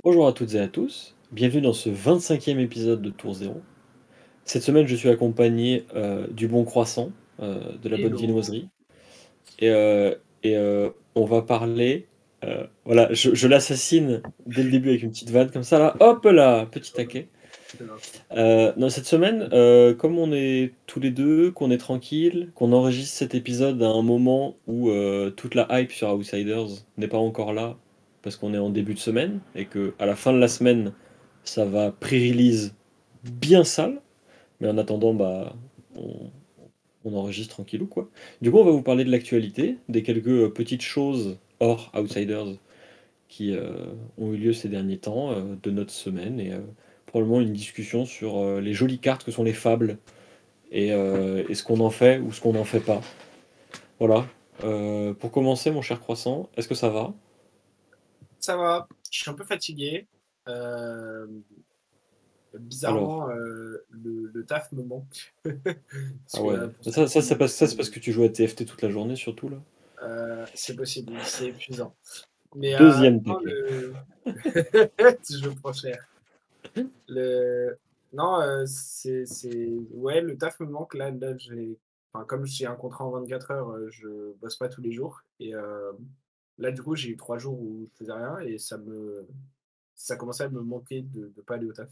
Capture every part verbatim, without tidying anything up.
Bonjour à toutes et à tous, bienvenue dans ce vingt-cinquième épisode de Tour Zéro. Cette semaine, je suis accompagné euh, du bon croissant, euh, de la bonne Hello. viennoiserie, et, euh, et euh, on va parler. Euh, voilà, je, je l'assassine dès le début avec une petite vanne comme ça, là, hop là, petit taquet. C'est gentil. Euh, non, cette semaine, euh, comme on est tous les deux, qu'on est tranquille, qu'on enregistre cet épisode à un moment où euh, toute la hype sur Outsiders n'est pas encore là, parce qu'on est en début de semaine, et que à la fin de la semaine, ça va pré-release bien sale, mais en attendant, bah, on, on enregistre tranquillou, quoi. Du coup, on va vous parler de l'actualité, des quelques euh, petites choses hors Outsiders qui euh, ont eu lieu ces derniers temps, euh, de notre semaine, et euh, probablement une discussion sur euh, les jolies cartes que sont les fables, et, euh, et ce qu'on en fait ou ce qu'on n'en fait pas. Voilà. Euh, pour commencer, mon cher Croissant, est-ce que ça va? Ça va, je suis un peu fatigué. Euh, Alors, bizarrement, euh, le, le taf me manque. ah Parce que, ouais. pour ceux Ça, ça, c'est qui, parce, ça, c'est parce qui- que tu joues à T F T toute la journée, surtout, là. euh, c'est possible, oui, c'est épuisant. Mais euh, Deuxième non, paquet. le... je prends cher. Le... Non, euh, c'est, c'est... Ouais, le taf me manque. Là, là j'ai... Enfin, comme j'ai un contrat en vingt-quatre heures, euh, je bosse pas tous les jours. Et euh, là, du coup, j'ai eu trois jours où je faisais rien et ça me... ça commençait à me manquer de ne pas aller au taf.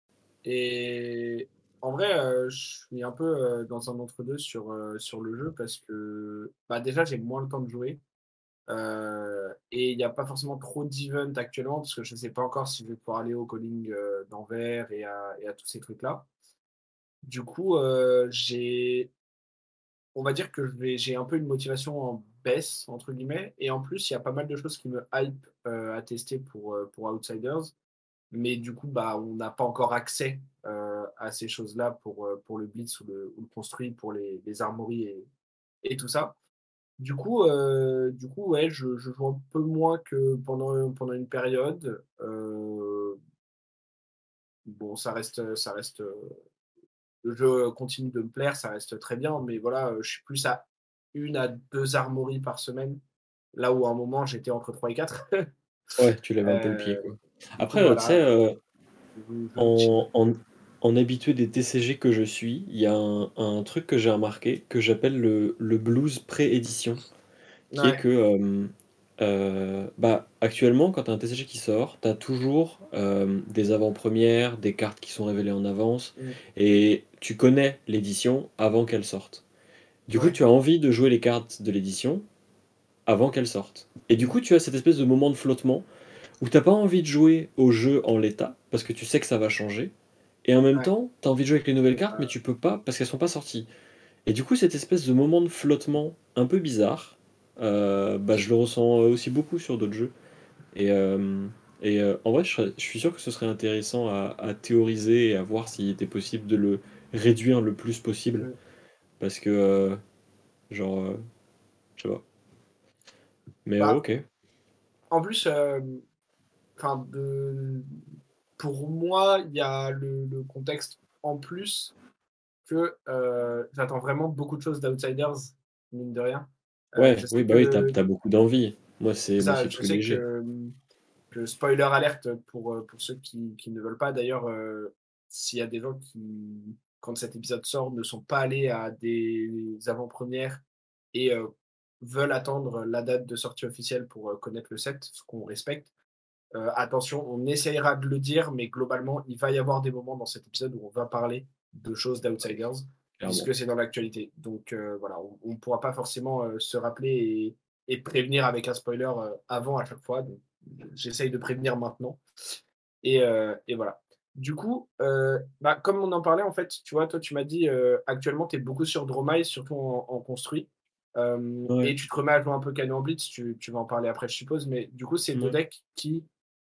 Et en vrai, euh, je suis un peu euh, dans un entre-deux sur, euh, sur le jeu parce que bah, déjà, j'ai moins le temps de jouer. Euh, et il n'y a pas forcément trop d'events actuellement parce que je ne sais pas encore si je vais pouvoir aller au calling euh, d'Anvers et à, et à tous ces trucs-là. Du coup, euh, j'ai, on va dire que je vais- j'ai un peu une motivation en baisse, entre guillemets. Et en plus, il y a pas mal de choses qui me hype euh, à tester pour, euh, pour Outsiders. Mais du coup, bah, on n'a pas encore accès euh, à ces choses-là pour, euh, pour le Blitz ou le, ou le construit, pour les, les armories et, et tout ça. Du coup, euh, du coup ouais, je, je joue un peu moins que pendant, pendant une période. Euh, bon, ça reste, ça reste, le jeu continue de me plaire, ça reste très bien, mais voilà, je suis plus à une à deux armories par semaine, là où à un moment j'étais entre trois et quatre. Ouais, tu lèves un peu le pied, Euh, quoi. du coup, Après, euh, tu sais, voilà, euh, je joue, je joue petit peu. en, en, en habitué des T C G que je suis, il y a un, un truc que j'ai remarqué que j'appelle le, le blues pré-édition, qui est Ouais. que euh, euh, bah, actuellement, quand tu as un T C G qui sort, tu as toujours euh, des avant-premières, des cartes qui sont révélées en avance, Mm. et tu connais l'édition avant qu'elle sorte. Du coup, Ouais. tu as envie de jouer les cartes de l'édition avant qu'elle sorte. Et du coup, tu as cette espèce de moment de flottement où t'as pas envie de jouer au jeu en l'état, parce que tu sais que ça va changer, et en même Ouais. temps, t'as envie de jouer avec les nouvelles cartes, mais Euh, tu peux pas parce qu'elles sont pas sorties. Et du coup, cette espèce de moment de flottement un peu bizarre, euh, bah, je le ressens aussi beaucoup sur d'autres jeux. Et, euh, et euh, en vrai, je, serais- je suis sûr que ce serait intéressant à, à théoriser et à voir s'il était possible de le réduire le plus possible. mm. Parce que, euh, genre, euh, je sais pas. Mais euh, Bah, ok. en plus, euh, enfin, de... pour moi, il y a le, le contexte en plus que euh, j'attends vraiment beaucoup de choses d'Outsiders, mine de rien. Euh, je Ouais, oui, sais bah oui, t'as, que t'as beaucoup d'envie. Moi, c'est, moi, ça, c'est je plus sais léger. que, que spoiler alerte pour, euh, pour ceux qui, qui ne veulent pas. D'ailleurs, euh, s'il y a des gens qui, quand cet épisode sort, ne sont pas allés à des avant-premières et euh, veulent attendre la date de sortie officielle pour euh, connaître le set, ce qu'on respecte. Euh, attention, on essayera de le dire, mais globalement, il va y avoir des moments dans cet épisode où on va parler de choses d'Outsiders, Clairement. puisque c'est dans l'actualité. Donc euh, voilà, on ne pourra pas forcément euh, se rappeler et, et, prévenir avec un spoiler euh, avant à chaque fois. Donc j'essaye de prévenir maintenant. Et, euh, et voilà. Du coup, euh, bah, comme on en parlait, en fait, tu vois, toi, tu m'as dit euh, actuellement, tu es beaucoup sur Dromai, surtout en, en construit. Euh, et Ouais, tu te remets à jouer un peu Cannon Blitz, tu, tu vas en parler après, je suppose. Mais du coup, c'est deux ouais. decks qui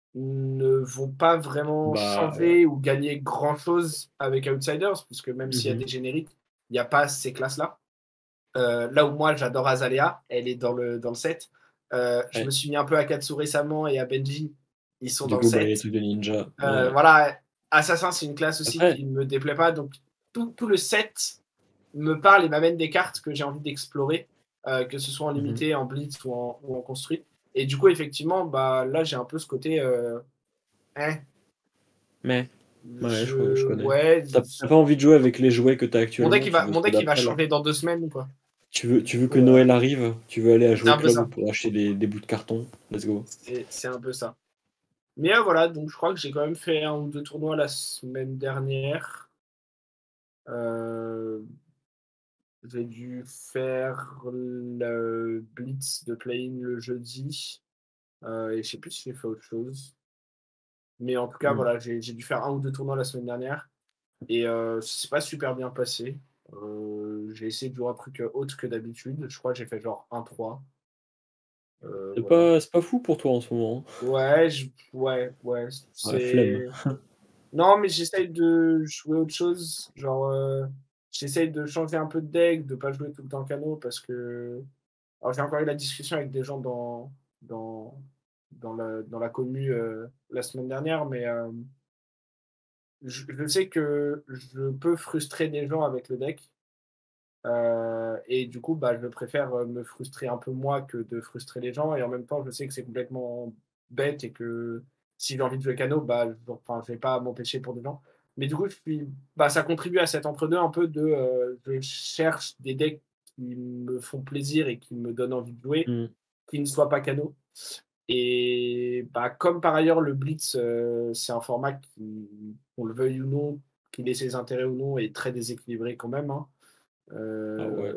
ne vont pas vraiment Bah ouais. changer ou gagner grand-chose avec Outsiders, puisque même s'il y a Mhm. des génériques, il n'y a pas ces classes-là. Euh, là où moi, j'adore Azalea, elle est dans le, dans le set. Euh, je me Ouais. suis mis un peu à Katsu récemment et à Benji, ils sont Du dans le coup, bah, les set. trucs de ninja. Euh, Ouais. voilà, Assassin, c'est une classe aussi Après, qui ne me déplaît pas. Donc, tout, tout le set me parle et m'amène des cartes que j'ai envie d'explorer, euh, que ce soit en mhm. limité, en blitz ou en, ou en construit. Et du coup, effectivement, bah, là, j'ai un peu ce côté. Euh, Eh, Mais, ouais, je, je je connais. ouais, T'as t'as pas envie de jouer avec les jouets que t'as mon deck actuellement, il tu va veux mon ceux deck il va d'après là. changer dans deux semaines ou quoi. Tu veux, tu Du veux que coup, heu, Noël arrive, tu veux aller à c'est Jouer un peu Club ça. pour acheter des, des bouts de carton. Let's go. C'est c'est un peu ça. Mais heu, voilà, donc je crois que j'ai quand même fait un ou deux tournois la semaine dernière. Heu, j'ai dû faire le blitz de play-in le jeudi, heu et je sais plus si j'ai fait autre chose. Mais en tout cas, Hmm. voilà, j'ai j'ai dû faire un ou deux tournois la semaine dernière et heu, c'est pas super bien passé. Heu, j'ai essayé de jouer un truc, heu, autre que d'habitude. Je crois que j'ai fait genre un trois. Heu, C'est voilà. pas, c'est pas fou pour toi en ce moment, hein. Ouais, je ouais, ouais, Ouais, flemme. c'est non, mais j'essaye de jouer autre chose. Genre, heu, j'essaye de changer un peu de deck, de pas jouer tout le temps Cano parce que alors j'ai encore eu la discussion avec des gens dans dans dans la dans la commu, heu, la semaine dernière, mais hem, je je sais que je peux frustrer des gens avec le deck, heu et du coup, bah, je préfère, heu, me frustrer un peu moi que de frustrer les gens et en même temps, je sais que c'est complètement bête et que si j'ai envie de jouer Cano, bah, je enfin, je vais pas m'empêcher pour des gens. Mais du coup, je suis bah, ça contribue à cet entre-deux un peu de, heu, je cherche des decks qui me font plaisir et qui me donnent envie de jouer, Hmm. qui ne soient pas Cano et bah, comme par ailleurs le blitz, heu, c'est un format qui, qu'on le veuille ou non, qu'il ait ses intérêts ou non, est très déséquilibré quand même, hein. Ah ouais. Heu,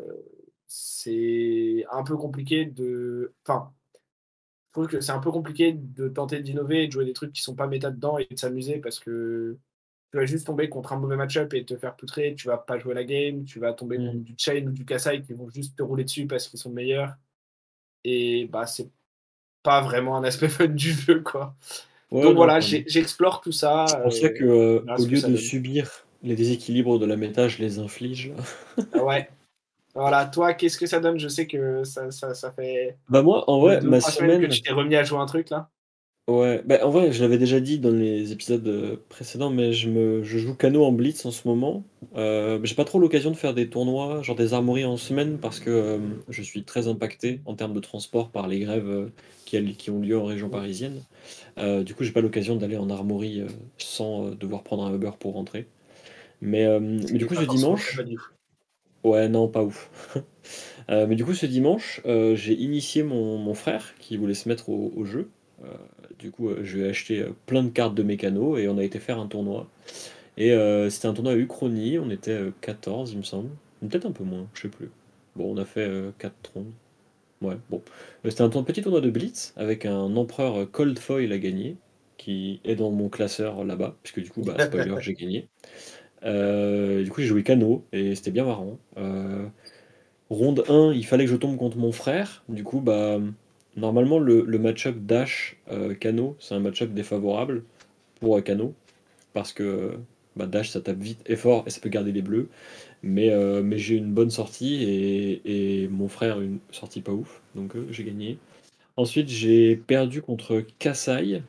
c'est un peu compliqué de enfin, je trouve que c'est un peu compliqué de tenter d'innover et de jouer des trucs qui sont pas méta dedans et de s'amuser parce que tu vas juste tomber contre un mauvais match-up et te faire poutrer, tu vas pas jouer la game, tu vas tomber Hmm. contre du Chain ou du Kassai qui vont juste te rouler dessus parce qu'ils sont meilleurs et bah, c'est pas vraiment un aspect fun du jeu, quoi. Ouais, Donc non, voilà, clairement. j'ai j'explore tout C'est ça, pour ça heu, que, on euh, verra au ce que lieu ça de donne. subir les déséquilibres de la méta, je les inflige là. Ah ouais, voilà, toi, qu'est-ce que ça donne? Je sais que ça ça ça fait Bah moi, en deux vrai, deux ou ma trois semaines que tu semaine, t'es remis à jouer un truc là? ouais, bah en vrai, je l'avais déjà dit dans les épisodes euh, précédents, mais je me, je joue Cano en Blitz en ce moment. Euh, j'ai pas trop l'occasion de faire des tournois, genre des armories en semaine, parce que euh, je suis très impacté en termes de transport par les grèves euh, qui, a- qui ont lieu en région Mmh. parisienne. Euh, du coup, j'ai pas l'occasion d'aller en armorie euh, sans euh, devoir prendre un Uber pour rentrer. Mais, euh, Ce mais qui du est coup, pas ce forcément très dimanche, fan du coup. ouais, non, pas ouf. Euh, mais du coup, ce dimanche, euh, j'ai initié mon, mon frère qui voulait se mettre au, au jeu. Euh, du coup, euh, je lui ai acheté euh, plein de cartes de mécano et on a été faire un tournoi. Et euh, c'était un tournoi à Uchronie, on était euh, quatorze, il me semble. Ou peut-être un peu moins, je sais plus. Bon, on a fait euh, quatre rondes. Ouais, bon. Euh, C'était un tour- petit tournoi de Blitz avec un empereur euh, Cold Foil à gagner, qui est dans mon classeur là-bas, puisque du coup, bah, spoiler, j'ai gagné. Euh, du coup, j'ai joué Cano et c'était bien marrant. Euh, Ronde un, il fallait que je tombe contre mon frère. Du coup, bah, normalement, le, le match-up Dash euh, Kano, c'est un match-up défavorable pour euh, Kano. Parce que bah, Dash, ça tape vite et fort et ça peut garder les bleus. Mais, euh, mais j'ai une bonne sortie et, et mon frère une sortie pas ouf. Donc euh, j'ai gagné. Ensuite, j'ai perdu contre Kassai.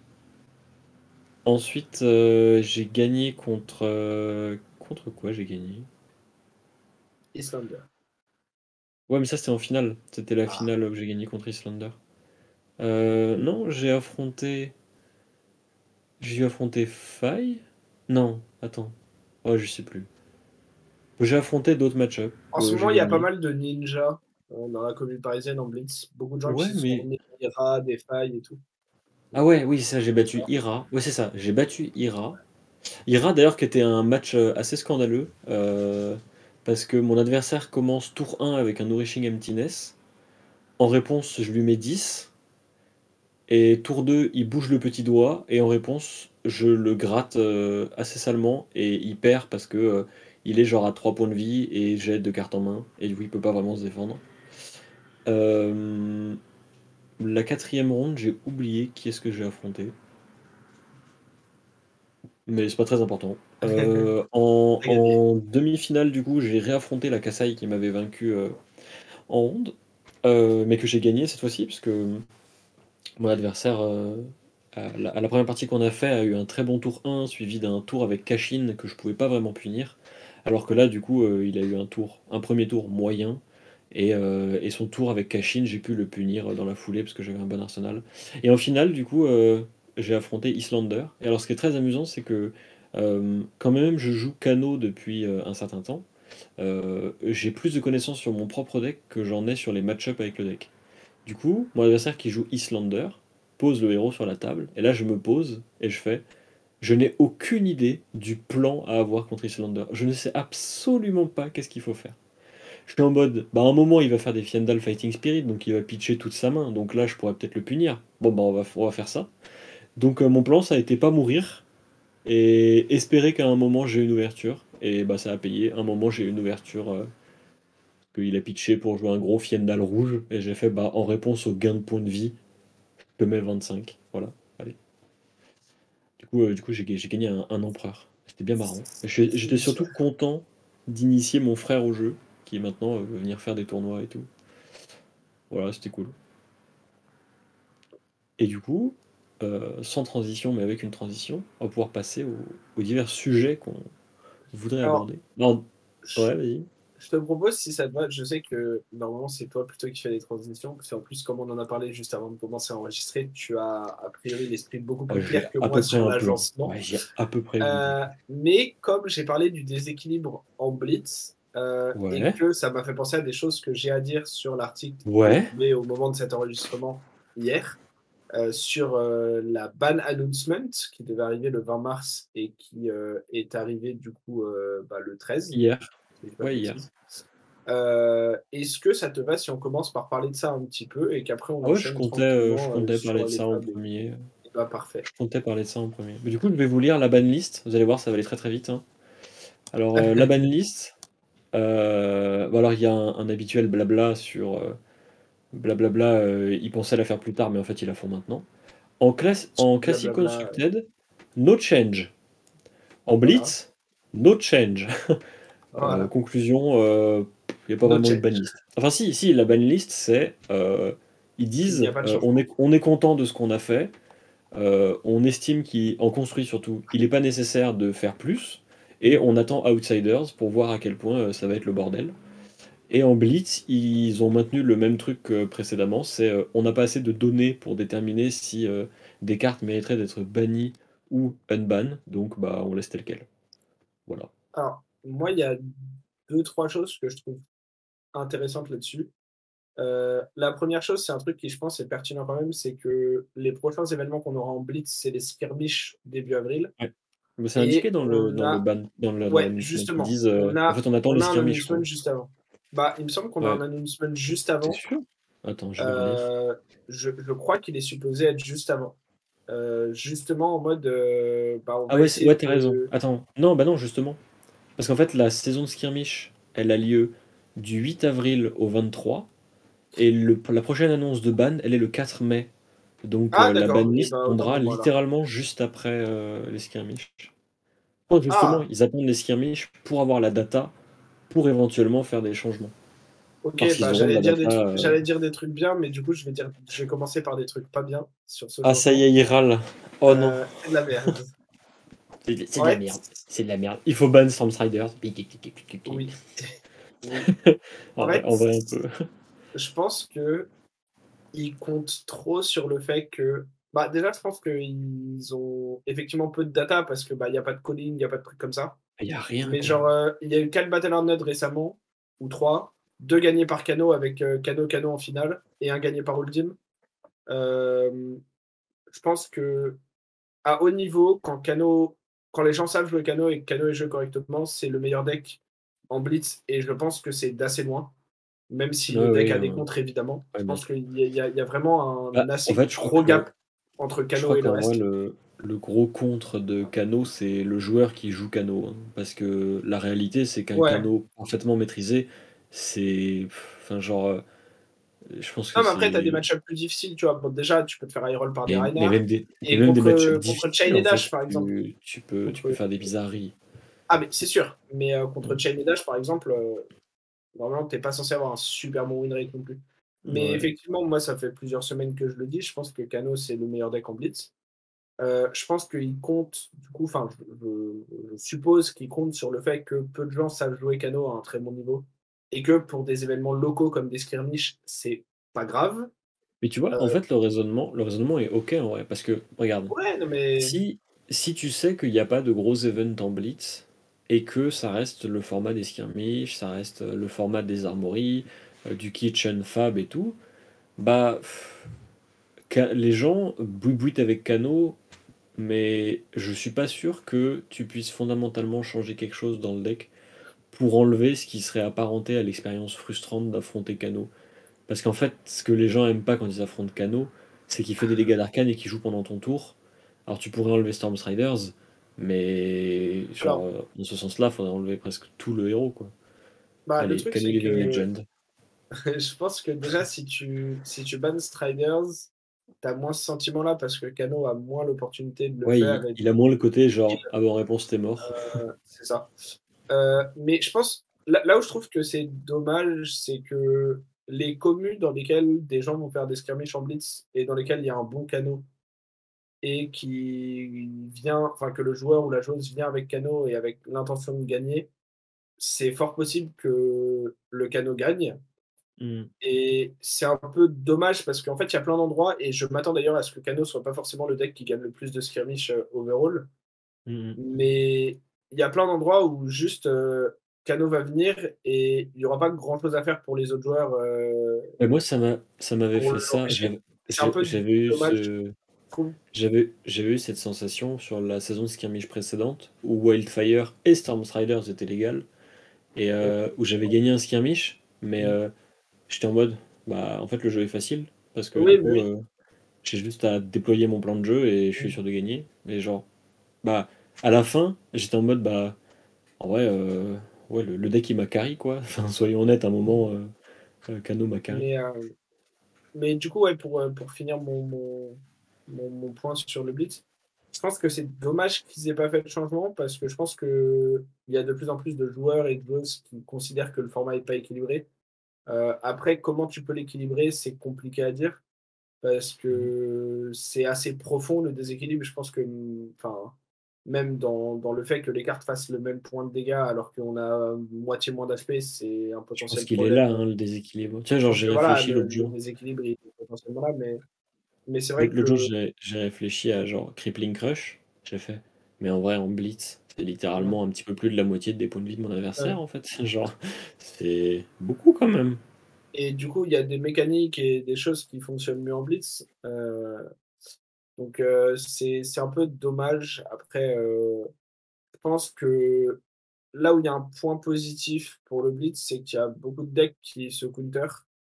Ensuite, euh, j'ai gagné contre. euh, contre quoi j'ai gagné? Islander. Ouais, mais ça, c'était en finale. C'était la Ah, finale où j'ai gagné contre Islander. Euh, non, j'ai affronté. J'ai dû affronter Faye? Non, attends. Oh, je sais plus. J'ai affronté d'autres match-up en ce que moment, j'ai il y a pas gagné. mal de ninjas, heu, dans la commune parisienne en blitz. Beaucoup de gens qui Ouais, se sont mais. emmenés des rats, des failles et tout. Ah Donc, ouais, heu, oui, c'est ça, j'ai battu Ira. Ouais, c'est ça, j'ai battu Ira. Ira, d'ailleurs, qui était un match euh, assez scandaleux. euh, parce que mon adversaire commence tour un avec un Nourishing Emptiness. En réponse, je lui mets dix. Et tour deux, il bouge le petit doigt. Et en réponse, je le gratte euh, assez salement. Et il perd parce que euh, il est genre à trois points de vie et j'ai deux cartes en main. Et du coup, il peut pas vraiment se défendre. Euh, la quatrième ronde, j'ai oublié qui est-ce que j'ai affronté. Mais c'est pas très important. Euh, en, tu gagné. en demi-finale, du coup, j'ai réaffronté la Kassai qui m'avait vaincu euh, en ronde. Euh, mais que j'ai gagné cette fois-ci, parce que mon adversaire, euh, à, la, à la première partie qu'on a fait, a eu un très bon tour un, suivi d'un tour avec Kashin que je pouvais pas vraiment punir. Alors que là, du coup, euh, il a eu un tour, un premier tour moyen. Et, euh, et son tour avec Kashin, j'ai pu le punir dans la foulée parce que j'avais un bon arsenal. Et en finale, du coup, euh, j'ai affronté Islander. Et alors, ce qui est très amusant, c'est que euh, quand même je joue Kano depuis euh, un certain temps, euh, j'ai plus de connaissances sur mon propre deck que j'en ai sur les match-up avec le deck. Du coup, mon adversaire qui joue Islander pose le héros sur la table, et là je me pose et je fais je n'ai aucune idée du plan à avoir contre Islander. Je ne sais absolument pas qu'est-ce qu'il faut faire. Je suis en mode, bah à un moment il va faire des Fiendal Fighting Spirit, donc il va pitcher toute sa main, donc là je pourrais peut-être le punir. Bon bah on va, on va faire ça. Donc euh, mon plan ça a été pas mourir, et espérer qu'à un moment j'ai une ouverture, et bah ça a payé. À un moment j'ai une ouverture, euh, qu'il a pitché pour jouer un gros Fiendal rouge, et j'ai fait bah en réponse au gain de points de vie, je te mets vingt-cinq. Voilà, allez. Du coup, euh, du coup j'ai j'ai gagné un, un empereur. C'était bien marrant. Et je- J'étais C'est sûr. surtout content d'initier mon frère au jeu, qui maintenant euh, veut venir faire des tournois et tout. Voilà, c'était cool. Et du coup, euh, sans transition, mais avec une transition, on va pouvoir passer aux, aux divers sujets qu'on voudrait Alors, aborder. Non, je, ouais, vas-y. je te propose, si ça te va, je sais que normalement c'est toi plutôt qui fais les transitions, parce qu'en plus, comme on en a parlé juste avant de commencer à enregistrer, tu as a priori l'esprit beaucoup Ouais, plus j'ai clair que à moi peu près sur un peu. l'agencement. Ouais, j'ai à peu près une idée. Euh, mais comme j'ai parlé du déséquilibre en blitz, euh, et Ouais, que ça m'a fait penser à des choses que j'ai à dire sur l'article que je ouais, mets au moment de cet enregistrement hier, euh, sur euh, la ban announcement qui devait arriver le vingt mars et qui euh, est arrivé du coup euh, bah, le treize, hier. si je dis pas de Ouais, hier. bêtises. Euh, Est-ce que ça te va si on commence par parler de ça un petit peu et qu'après on Ah ouais, je enchaîne comptais, euh, je tranquillement euh, comptais parler sur de les ça en tables? premier. Et bah parfait. Je comptais parler de ça en premier. Mais du coup, je vais vous lire la banlist. Vous allez voir, ça va aller très très vite, hein. Alors, euh, la banlist, euh, bah alors il y a un, un habituel blabla sur euh, blablabla, euh, ils pensaient la faire plus tard, mais en fait ils la font maintenant. En, classe, en Classic Blablabla. Constructed, no change. En Voilà. Blitz, no change. Euh, Voilà. conclusion, il n'y a pas No vraiment de change. banlist. Enfin si, si, la banlist c'est, euh, ils Qu'il n'y a disent, pas de euh, on changement. est, on est content de ce qu'on a fait, euh, on estime qu'en construit surtout, il n'est pas nécessaire de faire plus, et on attend Outsiders pour voir à quel point euh, ça va être le bordel. Et en Blitz, ils ont maintenu le même truc que précédemment, c'est euh, on n'a pas assez de données pour déterminer si euh, des cartes mériteraient d'être bannies ou unban, donc bah on laisse tel quel. Voilà. Alors, moi, il y a deux, trois choses que je trouve intéressantes là-dessus. Euh, la première chose, c'est un truc qui, je pense, est pertinent quand même, c'est que les prochains événements qu'on aura en Blitz, c'est les skirmishes début avril. Ouais. Mais c'est indiqué Et dans le, on dans le a, ban, dans le- dans ouais, l'announcement. Ils justement, disent euh, on en a, fait on attend on les a un skirmish, je announcement crois. juste avant. Bah, il me semble qu'on a un Ouais. announcement juste T'es avant. sûr? Attends, je vais relire. Euh, je, je crois qu'il est supposé être juste avant. Euh, justement, en mode, euh, bah, on Ah va ouais, c'est- essayer ouais, t'as raison. de. Attends. Non, bah non, justement. Parce qu'en fait, la saison de skirmish, elle a lieu du huit avril au vingt-trois. Et le, la prochaine annonce de ban, elle est le quatre mai. Donc Ah, euh, la d'accord, et banlist bah, autant tombera pour moi alors. littéralement juste après euh, les skirmish. Je justement, Ah, ils attendent les skirmish pour avoir la data, pour éventuellement faire des changements. ok, Parce qu'ils bah, auront de j'allais la dire des data. trucs, euh. j'allais dire des trucs bien, mais du coup, je vais dire, je vais commencer par des trucs pas bien sur ce Ah ça y changement. est, il râle. Oh non, Euh, c'est de la merde. c'est c'est En de la fait, merde. C'est de la merde. Il faut ban Stormstriders. oui, oui. En En vrai, fait, en vrai un peu. je pense que ils comptent trop sur le fait que, bah, déjà, je pense qu'ils ont effectivement peu de data parce que, bah, il n'y a pas de calling, il n'y a pas de trucs comme ça. Il y a rien Mais quoi. genre, euh, il y a eu quatre Battle Node récemment, ou trois, deux gagnés par Kano avec euh, Kano Kano en finale, et un gagné par Ultim. Euh, je pense que à haut niveau, quand Kano, quand les gens savent jouer Kano et que Kano est joué correctement, c'est le meilleur deck en Blitz, et je pense que c'est d'assez loin, même si Ouais, le deck ouais, a des euh, contres évidemment. Je ouais, bien pense sûr. qu'il y, a- il y a il y a vraiment Bah, un en assez fait, je crois gros que gap entre je Kano crois et le qu'en vrai reste. le, le gros contre de Kano, c'est le joueur qui joue Kano, hein. Parce que la réalité, c'est qu'un Ouais. Kano parfaitement maîtrisé, c'est, enfin genre, euh, je pense que Non, mais après, tu as des c'est, match-ups plus difficiles, tu vois. Bon, déjà, tu peux te faire high roll par des mais, mais Reinhardt. même des, mais Et même des match-ups contre, contre difficiles, Chain et en fait, Dash, par exemple. tu, tu peux, tu peux Contre... faire des bizarreries. Ah, mais c'est sûr. Mais euh, contre Mm. Chain et Dash, par exemple, euh, normalement, tu n'es pas censé avoir un super bon win rate non plus. Mais Ouais. effectivement, moi, ça fait plusieurs semaines que je le dis. Je pense que Kano, c'est le meilleur deck en Blitz. Euh, je pense qu'il compte, du coup, enfin, je, je- je suppose qu'il compte sur le fait que peu de gens savent jouer Kano à un très bon niveau. Et que pour des événements locaux comme des skirmishes, c'est pas grave. Mais tu vois, en Heu fait, le raisonnement le raisonnement est OK en vrai, parce que regarde, Ouais, non mais si si tu sais qu'il y a pas de gros events en blitz et que ça reste le format des skirmishes, ça reste, heu, le format des armories, heu, du kitchen fab et tout, bah, ca les gens bouitent avec Kano, mais je suis pas sûr que tu puisses fondamentalement changer quelque chose dans le deck pour enlever ce qui serait apparenté à l'expérience frustrante d'affronter Kano. Parce qu'en fait, ce que les gens aiment pas quand ils affrontent Kano, c'est qu'il fait des dégâts d'arcane et qu'il joue pendant ton tour. Alors tu pourrais enlever Stormstriders, mais genre, alors, heu, dans ce sens-là, il faudrait enlever presque tout le héros, quoi. bah, le Allez, truc, Kano c'est Living que Legend. je pense que déjà, si tu si tu bannes Striders, tu as moins ce sentiment-là parce que Kano a moins l'opportunité de le Ouais, faire il et il a moins le côté genre: de «Ah bah, en réponse, tu mort». heu, c'est ça. Heu, mais je pense là là où je trouve que c'est dommage, c'est que les commus dans lesquelles des gens vont faire des skirmishes en blitz et dans lesquels il y a un bon Kano et qui vient enfin, que le joueur ou la joueuse vient avec Kano et avec l'intention de gagner, c'est fort possible que le Kano gagne. Mmh. Et c'est un peu dommage parce qu'en fait, il y a plein d'endroits et je m'attends d'ailleurs à ce que Kano soit pas forcément le deck qui gagne le plus de skirmish, heu, overall. Mmh mh. Mais il y a plein d'endroits où juste, heu, Kano va venir et il y aura pas grand chose à faire pour les autres joueurs, heu, Et moi, ça m'a ça m'avait pour fait ça, l'empêcher. j'avais C'est un j'ai peu j'avais eu dommage, je ce trouve. j'avais j'avais eu cette sensation sur la saison de skirmish précédente, où Wildfire et Stormstriders étaient légales et OK. heu, où j'avais gagné un skirmish, mais Mmh. heu, j'étais en mode: «Bah, en fait, le jeu est facile», parce que du Oui, bah, coup, oui. heu, j'ai juste à déployer mon plan de jeu et je suis Mmh. sûr de gagner. Mais genre, bah, à la fin, j'étais en mode: «Bah, en vrai, heu, ouais, le le deck il m'a carry quoi». Enfin, soyons honnêtes, à un Mmh. moment, heu, heu, Kano m'a carry. Mais, heu, mais du coup, ouais, pour, heu, pour finir mon mon mon mon point sur le Blitz, je pense que c'est dommage qu'ils aient pas fait de changement parce que je pense qu'il y a de plus en plus de joueurs et de joueuses qui considèrent que le format est pas équilibré. Heu, après, comment tu peux l'équilibrer? C'est compliqué à dire parce Mmh. que c'est assez profond le déséquilibre. Je pense que, mmh, enfin, même dans dans le fait que les cartes fassent le même point de dégâts alors qu'on a moitié moins d'H P, c'est un Je pense potentiel qu'il est problème. là, hein, le déséquilibre. Tu sais, Je genre, pense j'ai que voilà, réfléchi le l'autre le jour. déséquilibre il est potentiellement là, mais mais c'est vrai L'autre l'autre jour, que j'ai j'ai réfléchi à genre Crippling Crush, j'ai fait: «Mais en vrai, en blitz, c'est mmh, littéralement un petit peu plus de la moitié des points de vie de mon adversaire, ouais. en fait». Genre, c'est beaucoup quand même. Et du coup, il y a des mécaniques et des choses qui fonctionnent mieux en blitz, heu, donc heu, c'est c'est un peu dommage. Après, heu, je pense que là où il y a un point positif pour le blitz, c'est qu'il y a beaucoup de decks qui se counter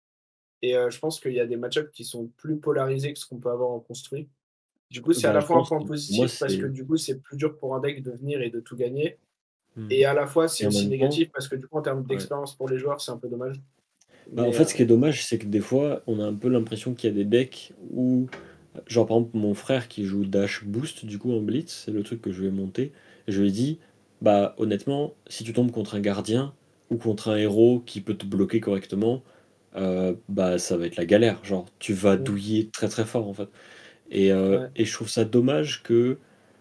et heu, je pense qu'il y a des match-ups qui sont plus polarisés que ce qu'on peut avoir en construit. Du coup, c'est à Bah, la je fois un pense point que pour moi, positif parce que c'est du coup, c'est plus dur pour un deck de venir et de tout gagner mmh et à la fois, c'est et en aussi même temps négatif parce que du coup, en termes ouais. d'expérience pour les joueurs, c'est un peu dommage. Bah, en Mais fait, heu, ce qui est dommage, c'est que des fois, on a un peu l'impression qu'il y a des decks où genre, par exemple, mon frère qui joue Dash Boost, du coup, en blitz, c'est le truc que je vais monter. Et je lui ai dit: «Bah, honnêtement, si tu tombes contre un gardien ou contre un héros qui peut te bloquer correctement, heu, bah, ça va être la galère. Genre, tu vas mmh, douiller très, très fort, en fait». Et heu ouais, et je trouve ça dommage qu'il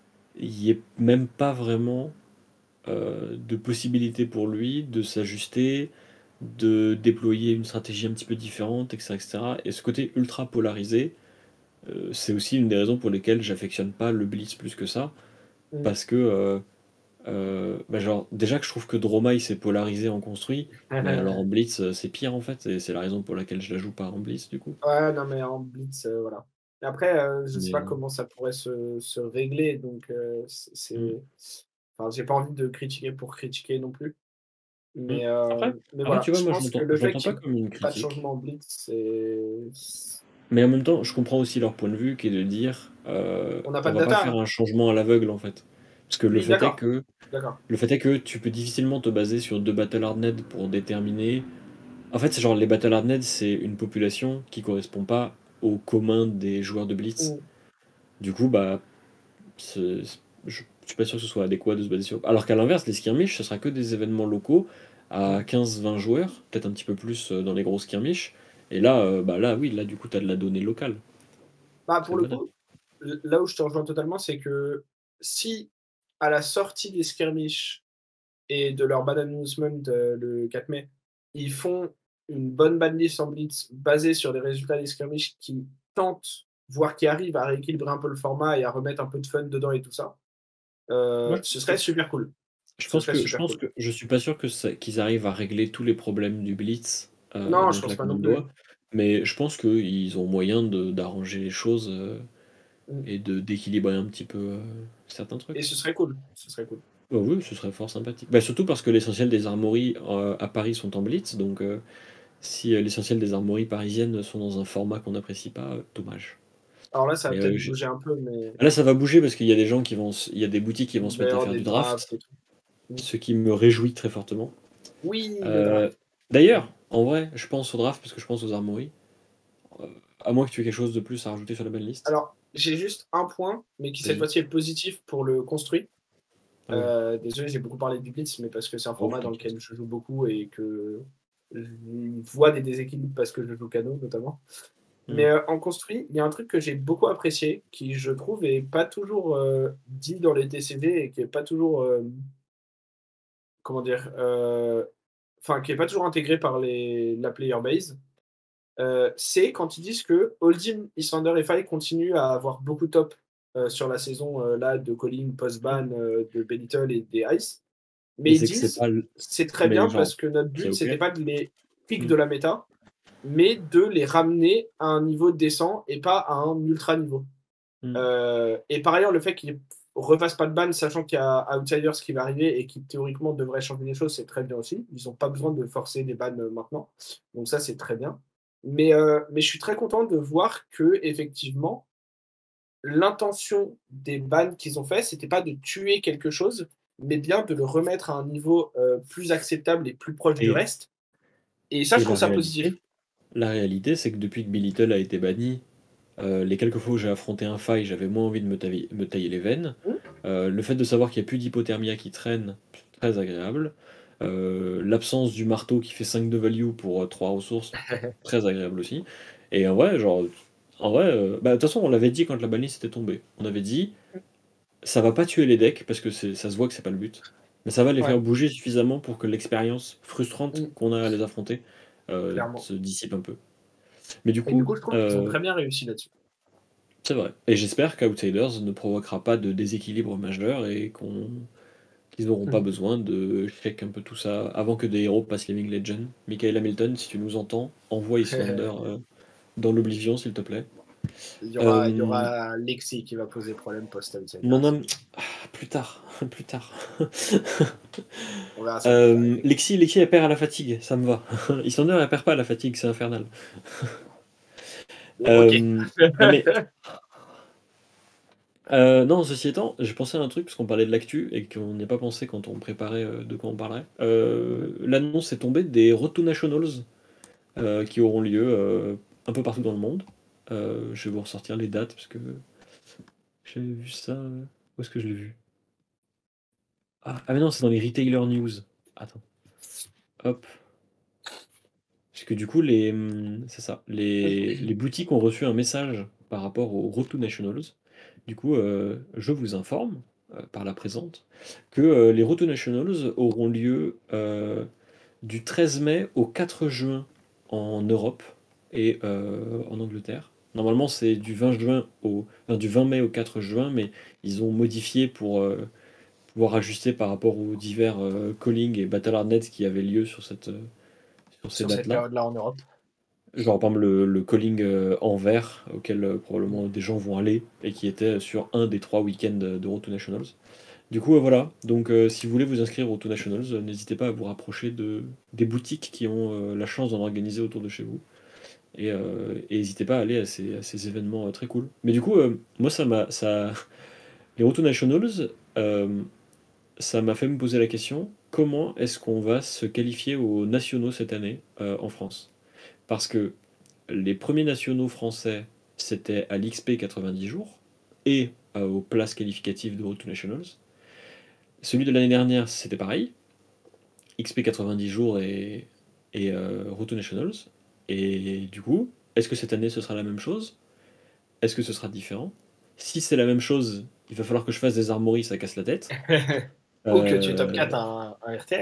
y ait même pas vraiment, heu, de possibilité pour lui de s'ajuster, de déployer une stratégie un petit peu différente et cetera et cetera et ce côté ultra polarisé, heu, c'est aussi une des raisons pour lesquelles j'affectionne pas le blitz plus que ça. mmh. Parce que, heu heu, bah, genre, déjà que je trouve que Dromai c'est polarisé en construit, mais alors en blitz, heu, c'est pire en fait et c'est la raison pour laquelle je la joue pas en blitz du coup. Ouais, non, mais en blitz, heu, voilà. Après, heu, je sais Mais, pas heu, comment ça pourrait se se régler donc heu, c'est mmh, c'est enfin, j'ai pas envie de critiquer pour critiquer non plus. mmh. Mais Après heu, mais après voilà, tu vois, je moi je pense que l'entends le je fait l'entends pas qu'il y ait comme une pas de critique, changement en blitz, c'est mais en même temps, je comprends aussi leur point de vue qui est de dire, heu, on n'a pas on de va pas data, faire hein. un changement à l'aveugle en fait. Parce que le Oui, fait est d'accord, que d'accord. le fait est que tu peux difficilement te baser sur deux battle hardened pour déterminer en fait, c'est genre les battle hardened, c'est une population qui correspond pas au commun des joueurs de blitz. Mmh, Du coup, bah, c'est c'est je je suis pas sûr que ce soit adéquat de se baser sur alors qu'à l'inverse, les skirmish, ce sera que des événements locaux à mmh. quinze vingt joueurs, peut-être un petit peu plus, heu, dans les gros skirmish et là, heu, bah, là, oui, là, du coup, tu as de la donnée locale. Bah, C'est pour le moderne. coup, l là où je te rejoins totalement, c'est que si à la sortie des skirmish et de leur bad announcement, heu, le quatre mai, ils font une bonne banlist en blitz basée sur les résultats des skirmishes qui tentent, voire qui arrivent à rééquilibrer un peu le format et à remettre un peu de fun dedans et tout ça, Moi, heu, je ce pense serait que super cool. je Ce pense serait que je super pense cool. que je suis pas sûr que ça qu'ils arrivent à régler tous les problèmes du blitz, heu, Non, je d'un pense pas claquement non de plus. doigts, mais je pense qu'ils ont moyen de d'arranger les choses, heu Mmh. et de d'équilibrer un petit peu, heu, certains Et trucs. ce serait cool, ce serait cool. Bah oui, ce serait fort sympathique. Bah, surtout parce que l'essentiel des armoiries, heu, à Paris sont en blitz, donc heu, si, heu, l'essentiel des armoiries parisiennes sont dans un format qu'on n'apprécie pas, heu, dommage. Alors là, ça va Mais heu, peut-être j'ai bouger un peu, mais là, ça va bouger parce qu'il y a des gens qui vont s il y a des boutiques qui vont il se va y mettre à avoir faire des du drafts draft, et tout. Mmh. ce qui me réjouit très fortement. Oui, le Heu, draft. Mmh. d'ailleurs, en vrai, je pense au draft parce que je pense aux armoiries, heu, à moins que tu aies quelque chose de plus à rajouter sur la bonne liste? Alors, j'ai juste un point, mais qui cette Vas-y. fois-ci est positif pour le construit. Ah ouais. Heu, désolé, j'ai beaucoup parlé du blitz, mais parce que c'est un Oh, format dans t'inquiète. lequel je joue beaucoup et que je vois des déséquilibres parce que je joue Cano notamment. Mais, Mmh. heu, en construit, il y a un truc que j'ai beaucoup apprécié, qui je trouve est pas toujours, heu, dit dans les T C G et qui est pas toujours, hem, comment dire? Heu, enfin qui est pas toujours intégré par les la player base, heu, c'est quand ils disent que Hold'em, Yslanders et Fai continuent à avoir beaucoup top, heu, sur la saison, heu, là de calling Mmh. post-ban, heu, de Belittle et des Ice. Mais Mais ils c'est que c'est disent: pas l «C'est très mais bien genre, parce que notre c'est but, OK. c'était pas de les pick Mmh. de la méta, mais de les ramener à un niveau décent et pas à un ultra niveau». Mmh. Heu et par ailleurs, le fait qu'ils refassent pas de ban, sachant qu'il y a Outsiders qui va arriver et qui théoriquement devrait changer les choses, c'est très bien aussi. Ils ont pas besoin de forcer des bans, heu, maintenant. Donc ça, c'est très bien. Mais, heu, mais je suis très content de voir qu'effectivement, l'intention des bans qu'ils ont fait, c'était pas de tuer quelque chose, mais bien de le remettre à un niveau, heu, plus acceptable et plus proche du Et reste. Et ça, je et trouve la ça positif. réalité la réalité, c'est que depuis que Billy a été banni, heu, les quelques fois où j'ai affronté un Fai, j'avais moins envie de me tailler me tailler les veines. Mmh. Heu, le fait de savoir qu'il y a plus d'hypothermia qui traîne, c'est très agréable. Heu, l'absence du marteau qui fait cinq de value pour, heu, trois ressources, très agréable aussi. Et en vrai, genre, en vrai, heu, bah, de toute façon, on l'avait dit quand la banlist était tombée. On avait dit: «Ça va pas tuer les decks parce que c'est ça se voit que c'est pas le but, mais ça va les Ouais, faire bouger suffisamment pour que l'expérience frustrante mmh, qu'on a à les affronter, heu, clairement. se dissipe un peu». Mais du Et du coup, coup, je trouve qu'ils ont heu très bien réussi là-dessus. c'est vrai. Et j'espère qu'Outsiders ne provoquera pas de déséquilibre majeur et qu'on qu'ils n'auront pas Mmh. besoin de check un peu tout ça avant que des héros passent Living Legend. Michael Hamilton, si tu nous entends, envoie Islander euh, dans l'oblivion, s'il te plaît. Il y aura il y Euh, aura Lexi qui va poser problème mon post-Outsiders. homme, ah, plus tard, plus tard. On verra ça plus tard, Euh, effectivement. Lexi, Lexi, elle perd à la fatigue, ça me va. Islander, elle perd pas à la fatigue, c'est infernal. OK. Euh, non mais Euh, non, ceci étant, j'ai pensé à un truc, parce qu'on parlait de l'actu, et qu'on n'y a pas pensé quand on préparait euh, de quoi on parlerait. Mmh. Euh, l'annonce est tombée des Road to Nationals, euh, qui auront lieu euh, un peu partout dans le monde. Euh, je vais vous ressortir les dates, parce que j'avais vu ça... euh, Où est-ce que je l'ai vu? Ah, ah mais non, c'est dans les Retailer News. Attends, hop. Parce que du coup, les, hum, c'est ça, les, les boutiques ont reçu un message par rapport au Road to Nationals. Du coup, euh, je vous informe, euh, par la présente, que euh, les Road to Nationals auront lieu euh, du treize mai au quatre juin en Europe et euh, en Angleterre. Normalement, c'est du vingt juin au, enfin, du vingt mai au quatre juin, mais ils ont modifié pour euh, pouvoir ajuster par rapport aux divers euh, calling et Battle Hard Nets qui avaient lieu sur cette, euh, sur ces Sur cette dates-là. période-là en Europe. Genre, par exemple, le, le calling euh, Anvers, auquel euh, Mmh. probablement des gens vont aller, et qui était sur un des trois week-ends de, de Road to Nationals. Du coup, euh, voilà. Donc, euh, si vous voulez vous inscrire au Road to Nationals, euh, n'hésitez pas à vous rapprocher de, des boutiques qui ont euh, la chance d'en organiser autour de chez vous. Et euh, et n'hésitez pas à aller à ces, à ces événements euh, très cool. Mais du coup, euh, moi, ça m'a. Ça... Les Road to Nationals, euh, ça m'a fait me poser la question comment est-ce qu'on va se qualifier aux nationaux cette année euh, en France? Parce que les premiers nationaux français, c'était à l'X P quatre-vingt-dix jours et euh, aux places qualificatives de Road to Nationals. Celui de l'année dernière, c'était pareil, X P quatre-vingt-dix jours et, et euh, Road to Nationals. Et du coup, est-ce que cette année ce sera la même chose? Est-ce que ce sera différent? Si c'est la même chose, il va falloir que je fasse des armories, ça casse la tête. Ou que tu top Euh, quatre un un R T L.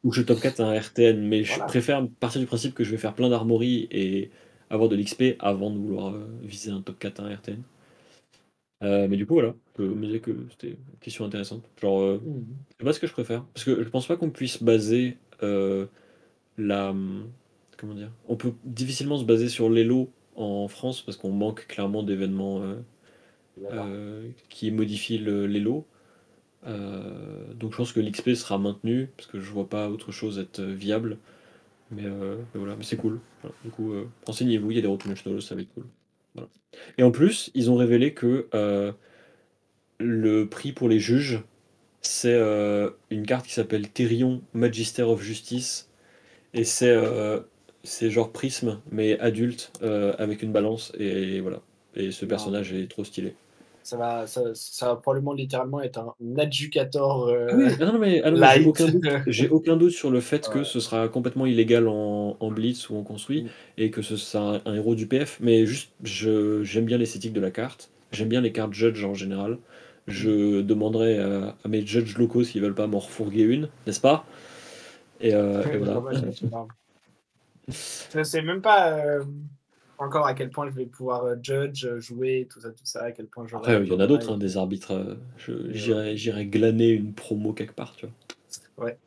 ou je top quatre un R T N, mais je Voilà. préfère partir du principe que je vais faire plein d'armories et avoir de l'X P avant de vouloir euh, viser un top quatre un R T N. Euh, mais du coup, voilà, je me disais que c'était une question intéressante. Genre, euh, Mhm. je sais pas ce que je préfère. Parce que je pense pas qu'on puisse baser euh, la. Comment dire? On peut difficilement se baser sur l'Elo en France parce qu'on manque clairement d'événements euh, D'accord. euh, qui modifient le- l'Elo. Euh, donc je pense que l'X P sera maintenu parce que je vois pas autre chose être euh, viable. Mais, euh, mais voilà, mais c'est cool. Voilà. Du coup, euh, renseignez-vous, il y a des retours nationaux, ça va être cool. Voilà. Et en plus, ils ont révélé que euh, le prix pour les juges, c'est euh, une carte qui s'appelle Therion Magister of Justice. Et c'est euh, c'est genre prisme, mais adulte, euh, avec une balance. Et, voilà. Et ce Non, personnage mais est trop stylé. ça va, ça, ça va probablement littéralement être un adjudicator Ah euh, oui, ah non, mais, ah non, mais j'ai light. aucun doute, j'ai aucun doute sur le fait que Ouais. ce sera complètement illégal en, en blitz ou en construit Mm. et que ce sera un, un héros du P F, mais juste je j'aime bien l'esthétique de la carte, j'aime bien les cartes judge en général. Mm. Je demanderai à, à mes judges locaux s'ils veulent pas m'en refourguer une, n'est-ce pas? Et, euh, et Je vois voilà. pas de quoi tu parles. Je sais même pas euh, encore à quel point je vais pouvoir euh, judge, euh, jouer, tout ça, tout ça, à quel point j'aurai Après, la il y en a mana d'autres, et hein, tout. des arbitres. euh, je- Mais ouais. j'irai j'irai glaner une promo quelque part, tu vois. Ouais.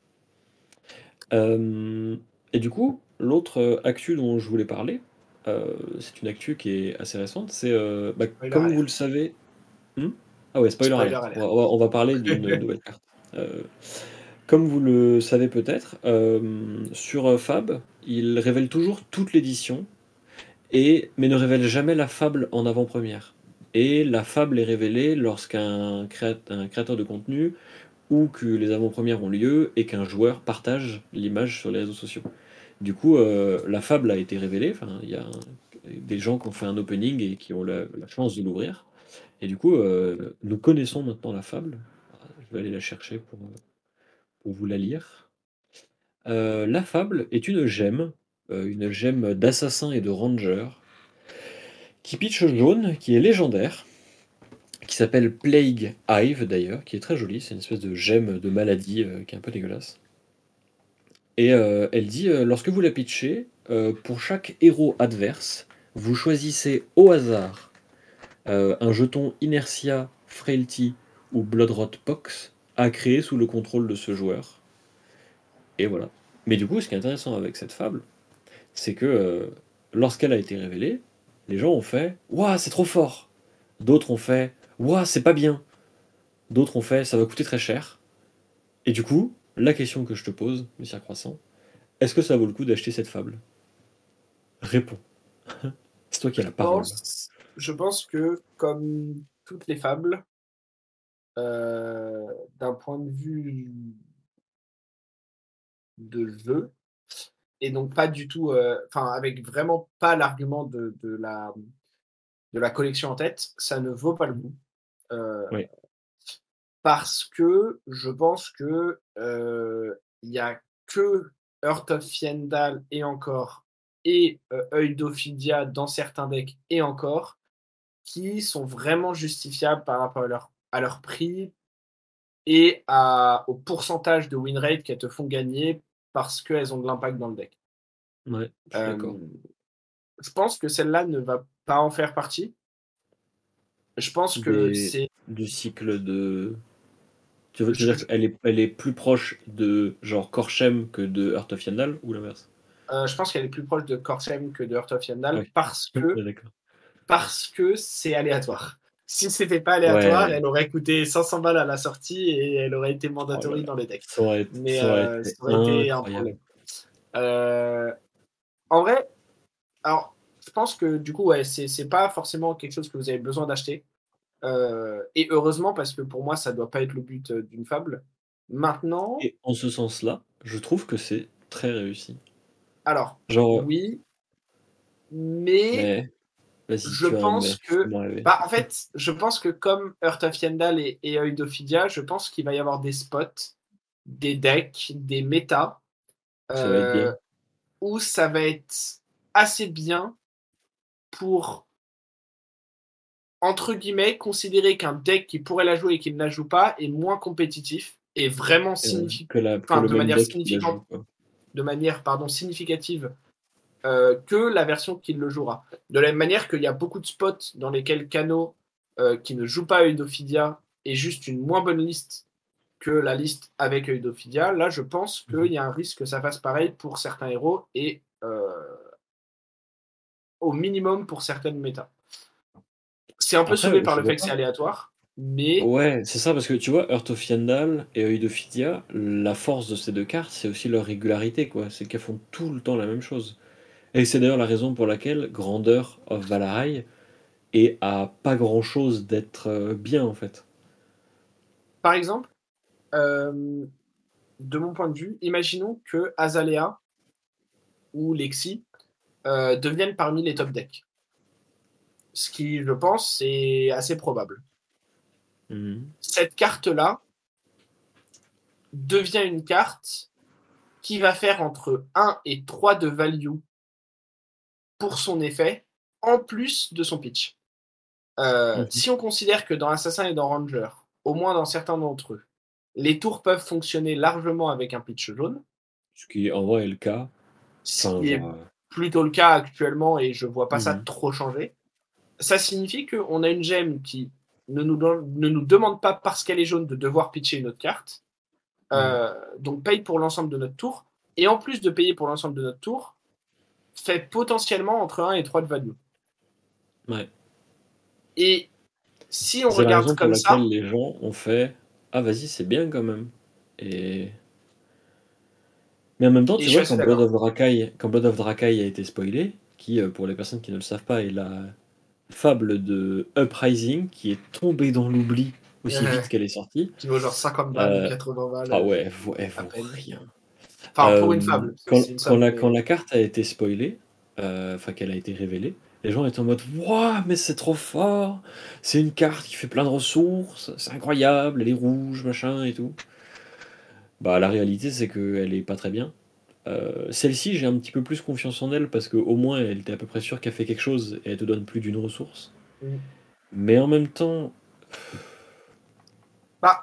Euh, et du coup, l'autre euh, actu dont je voulais parler, euh, c'est une actu qui est assez récente. C'est, euh, bah, Spoiler comme vous le alert. savez. Hmm. Ah ouais, spoiler Spoiler alert. On va, alert. on va- on va parler d'une nouvelle carte. Euh, comme vous le savez peut-être, euh, sur euh, Fab, il révèle toujours toute l'édition, et mais ne révèle jamais la fable en avant-première. Et la fable est révélée lorsqu'un créat- un créateur de contenu ou que les avant-premières ont lieu et qu'un joueur partage l'image sur les réseaux sociaux. Du coup, euh, la fable a été révélée. Enfin, il y a un- des gens qui ont fait un opening et qui ont la, la chance de l'ouvrir. Et du coup, euh, nous connaissons maintenant la fable. Je vais aller la chercher pour, pour vous la lire. Euh, la fable est une gemme, euh, une gemme d'assassin et de ranger, qui pitch jaune, qui est légendaire, qui s'appelle Plague Hive d'ailleurs, qui est très jolie. C'est une espèce de gemme de maladie euh, qui est un peu dégueulasse. Et euh, elle dit, euh, lorsque vous la pitchez, euh, pour chaque héros adverse, vous choisissez au hasard euh, un jeton Inertia, Frailty ou Bloodrot Pox à créer sous le contrôle de ce joueur. Et voilà. Mais du coup, ce qui est intéressant avec cette fable, c'est que euh, lorsqu'elle a été révélée, les gens ont fait Ouah, c'est trop fort. D'autres ont fait Ouah, c'est pas bien. D'autres ont fait Ça va coûter très cher. Et du coup, la question que je te pose, Monsieur Croissant, est-ce que ça vaut le coup d'acheter cette fable? Réponds. C'est toi qui as Je la parole. pense, je pense que comme toutes les fables, euh, d'un point de vue de jeu, et donc pas du tout, euh, enfin avec vraiment pas l'argument de, de la, de la collection en tête, ça ne vaut pas le coup. Euh, Oui. Parce que je pense que, heu, il y a que Heart of Fiendal et encore et heu, Œil d'Ophidia dans certains decks et encore, qui sont vraiment justifiables par rapport à leur à leur prix et à au pourcentage de win rate qu'elles te font gagner parce qu'elles ont de l'impact dans le deck. Ouais, je suis d'accord. Hem, je pense que celle-là ne va pas en faire partie. Je pense que Des, c'est du cycle de. Tu veux, tu veux je dire qu'elle est, elle est plus proche de genre Korchem que de Heart of Yandal ou l'inverse? Heu, je pense qu'elle est plus proche de Korshem que de Heart of Ah Yandal oui. parce Ouais, que d'accord. parce que c'est aléatoire. Si c'était pas aléatoire, Ouais. elle aurait coûté cinq cents balles à la sortie et elle aurait été Oh là mandatory là. dans les decks. Ça aurait été, Mais ça aurait heu, été ça aurait été un incroyable. problème. Heu, En vrai, alors je pense que du coup, ouais, c'est c'est pas forcément quelque chose que vous avez besoin d'acheter, heu et heureusement parce que pour moi, ça doit pas être le but, heu, d'une fable. Maintenant, Et en ce sens-là, je trouve que c'est très réussi. alors Genre, oui, mais mais, vas-y, je tu as un mais, pense que, fais-moi rêver. bah, en fait, je pense que comme Heart of Yandal et, et Œil d'Ophidia, je pense qu'il va y avoir des spots, des decks, des méta, Ça va être euh, bien. où ça va être assez bien pour, entre guillemets, considérer qu'un deck qui pourrait la jouer et qui ne la joue pas est moins compétitif est vraiment Euh, signifi que, la, que enfin, le de même manière deck qui la joue, significante quoi. de manière, pardon, significative, heu, que la version qui le jouera. De la même manière qu'il y a beaucoup de spots dans lesquels Kano, heu, qui ne joue pas Eudophidia, est juste une moins bonne liste que la liste avec Eudophidia. Là, je pense qu'il Mhm. y a un risque que ça fasse pareil pour certains héros et heu, au minimum pour certaines métas. C'est un peu Après, sauvé par je le fait vois que pas. c'est aléatoire, mais Ouais, c'est ça, parce que tu vois, Heart of Yandal et Œil de Phidia, la force de ces deux cartes, c'est aussi leur régularité, quoi. C'est qu'elles font tout le temps la même chose. Et c'est d'ailleurs la raison pour laquelle Grandeur of Valahai est à pas grand chose d'être euh, bien, en fait. par exemple, euh, de mon point de vue, imaginons que Azalea ou Lexi euh, deviennent parmi les top decks. Ce qui, je pense, c'est assez probable. Mhm. Cette carte-là devient une carte qui va faire entre un et trois de value pour son effet, en plus de son pitch. Euh, Mhm. si on considère que dans Assassin et dans Ranger, au moins dans certains d'entre eux, les tours peuvent fonctionner largement avec un pitch jaune, Ce qui, en vrai, est le cas. ce Enfin, qui est genre... euh, plutôt le cas actuellement et je vois pas ça mhm. trop changer, ça signifie qu'on a une gemme qui ne nous, donne, ne nous demande pas, parce qu'elle est jaune, de devoir pitcher une autre carte, Mhm. euh, donc paye pour l'ensemble de notre tour, et en plus de payer pour l'ensemble de notre tour, fait potentiellement entre un et trois de value. Ouais. Et si on C'est la regarde raison pour comme laquelle ça, les gens ont fait Ah, vas-y, c'est bien quand même. Et... Mais en même temps, et tu je suis vois, assez quand Blood d'accord. of Drakai, quand Blood of Drakai a été spoilé, qui, euh, pour les personnes qui ne le savent pas, est la fable de Uprising, qui est tombée dans l'oubli aussi Euh, vite qu'elle est sortie. qui vaut genre cinquante balles ou Euh, quatre-vingts balles, ah euh, ouais, elle vaut, elle à vaut peine. rien. Enfin, pour une Euh, fable, c'est quand, c'est une quand somme, la, quand mais la carte a été spoilée, euh, enfin qu'elle a été révélée, les gens étaient en mode Wouah, mais c'est trop fort! C'est une carte qui fait plein de ressources, c'est incroyable, elle est rouge, machin et tout. Bah, la réalité, c'est qu'elle est pas très bien. Euh, celle-ci, j'ai un petit peu plus confiance en elle parce qu'au moins, elle était à peu près sûre qu'elle fait quelque chose et elle te donne plus d'une ressource. mm. Mais en même temps, Bah,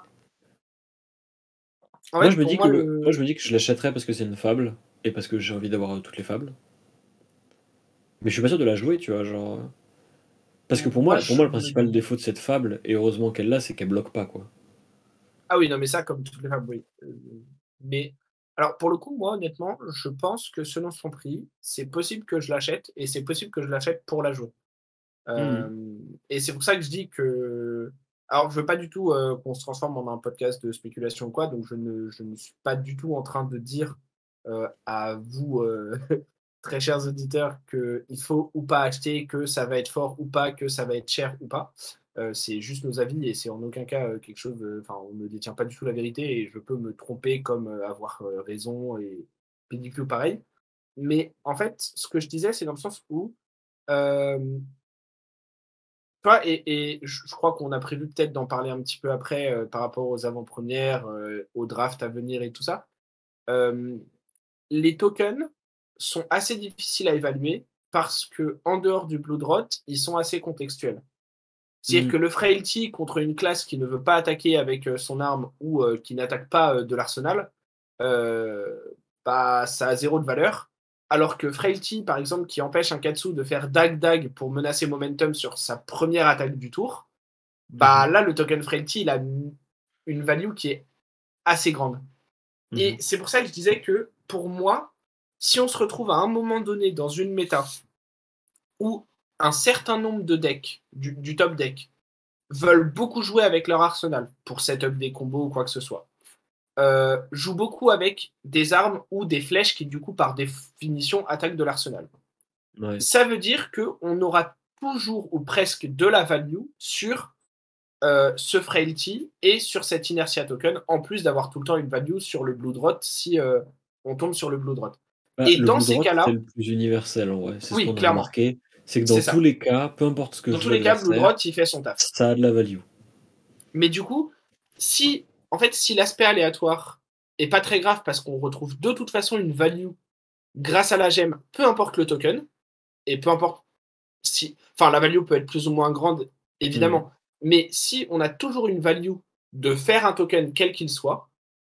en moi je fait, me pour dis que moi, le, moi le. je me dis que je l'achèterais parce que c'est une fable et parce que j'ai envie d'avoir euh, toutes les fables. Mais je suis pas sûr de la jouer, tu vois, genre. Parce que pour Moi, moi, pour je moi, le me. principal défaut de cette fable, et heureusement qu'elle l'a, c'est qu'elle bloque pas, quoi. Ah oui, non, mais ça, comme toutes les fables, oui. Euh, mais, alors, pour le coup, moi, honnêtement, je pense que selon son prix, c'est possible que je l'achète et c'est possible que je l'achète pour la jouer. Mhm. Euh, et c'est pour ça que je dis que. Alors, je veux pas du tout euh, qu'on se transforme en un podcast de spéculation ou quoi, donc je ne, je ne suis pas du tout en train de dire euh, à vous, euh, très chers auditeurs, qu'il faut ou pas acheter, que ça va être fort ou pas, que ça va être cher ou pas. Euh, c'est juste nos avis et c'est en aucun cas euh, quelque chose de. Enfin, on ne détient pas du tout la vérité et je peux me tromper comme euh, avoir euh, raison et ridicule pareil. Mais en fait, ce que je disais, c'est dans le sens où. Euh, tu vois, et, et je, je crois qu'on a prévu peut-être d'en parler un petit peu après euh, par rapport aux avant-premières, euh, au draft à venir et tout ça. Euh, les tokens sont assez difficiles à évaluer parce que en dehors du Blood Rot, ils sont assez contextuels. C'est-à-dire que Mhm. le Frailty contre une classe qui ne veut pas attaquer avec euh, son arme ou euh, qui n'attaque pas euh, de l'arsenal, euh, bah, ça a zéro de valeur. Alors que Frailty, par exemple, qui empêche un Katsu de faire dag-dag pour menacer Momentum sur sa première attaque du tour, bah Mhm. là, le token Frailty, il a une value qui est assez grande. Et Mhm. c'est pour ça que je disais que, pour moi, si on se retrouve à un moment donné dans une méta où un certain nombre de decks, du, du top deck, veulent beaucoup jouer avec leur arsenal pour setup des combos ou quoi que ce soit, euh, jouent beaucoup avec des armes ou des flèches qui, du coup, par définition, attaquent de l'arsenal. Ouais. Ça veut dire qu'on aura toujours ou presque de la value sur euh, ce frailty et sur cet inertia token, en plus d'avoir tout le temps une value sur le Blood Rot si euh, on tombe sur le Blood Rot. Bah, Et le dans Blue ces Drop, c'est cas-là, le plus universel, en vrai. C'est ce oui, qu'on a clairement, remarqué. C'est que dans c'est tous ça. les cas, peu importe ce que Dans joue tous les cas, Blood Rot, l'adversaire, il fait son taf. ça a de la value. Mais du coup, si, en fait, si l'aspect aléatoire est pas très grave parce qu'on retrouve de toute façon une value grâce à la gemme, peu importe le token, et peu importe si. Enfin, la value peut être plus ou moins grande, Mhm. évidemment. Mais si on a toujours une value de faire un token quel qu'il soit,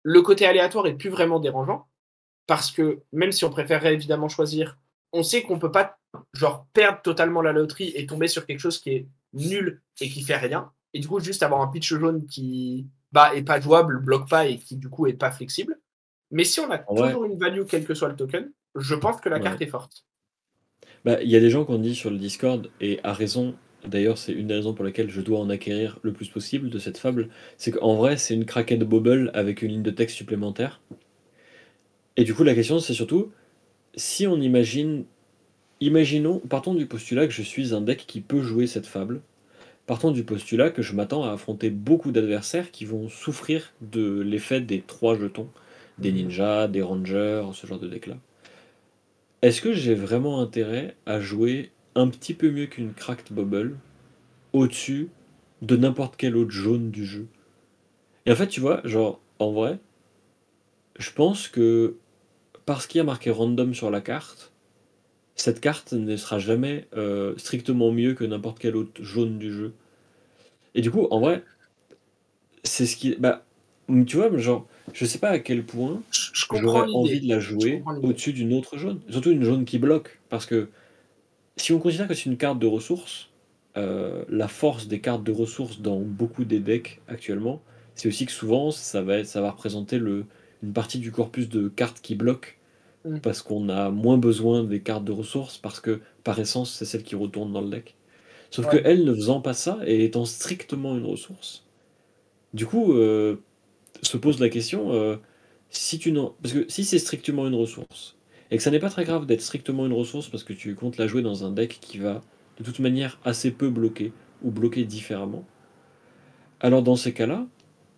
le côté aléatoire est plus vraiment dérangeant, parce que même si on préférerait évidemment choisir, on sait qu'on peut pas genre perdre totalement la loterie et tomber sur quelque chose qui est nul et qui fait rien. Et du coup, juste avoir un pitch jaune qui bah, est pas jouable, bloque pas et qui du coup est pas flexible. Mais si on a En vrai, toujours une value, quel que soit le token, je pense que la ouais. carte est forte. Bah, il y a des gens qui ont dit sur le Discord, et à raison, d'ailleurs c'est une des raisons pour lesquelles je dois en acquérir le plus possible de cette fable, c'est qu'en vrai c'est une craquette bobble avec une ligne de texte supplémentaire. Et du coup la question c'est surtout, si on imagine, imaginons, partons du postulat que je suis un deck qui peut jouer cette fable, partons du postulat que je m'attends à affronter beaucoup d'adversaires qui vont souffrir de l'effet des trois jetons, des Mhm. ninjas, des rangers, ce genre de deck là. Est-ce que j'ai vraiment intérêt à jouer un petit peu mieux qu'une cracked bubble au-dessus de n'importe quel autre jaune du jeu? Et en fait, tu vois, genre, en vrai, je pense que parce qu'il y a marqué random sur la carte, cette carte ne sera jamais euh, strictement mieux que n'importe quel autre jaune du jeu. Et du coup, en vrai, c'est ce qui. Bah, tu vois, genre, je sais pas à quel point Je, je comprends j'aurais envie l'idée. de la Je jouer comprends l'idée. au-dessus d'une autre jaune. Surtout une jaune qui bloque. Parce que si on considère que c'est une carte de ressources, euh, la force des cartes de ressources dans beaucoup des decks actuellement, c'est aussi que souvent ça va, être- ça va représenter le, une partie du corpus de cartes qui bloquent, Mm. parce qu'on a moins besoin des cartes de ressources, parce que par essence c'est celles qui retournent dans le deck. Sauf que Ouais. elle ne faisant pas ça et étant strictement une ressource, du coup euh, se pose la question, euh, si tu n'en... Parce que si c'est strictement une ressource, et que ça n'est pas très grave d'être strictement une ressource parce que tu comptes la jouer dans un deck qui va de toute manière assez peu bloquer, ou bloquer différemment, alors dans ces cas-là,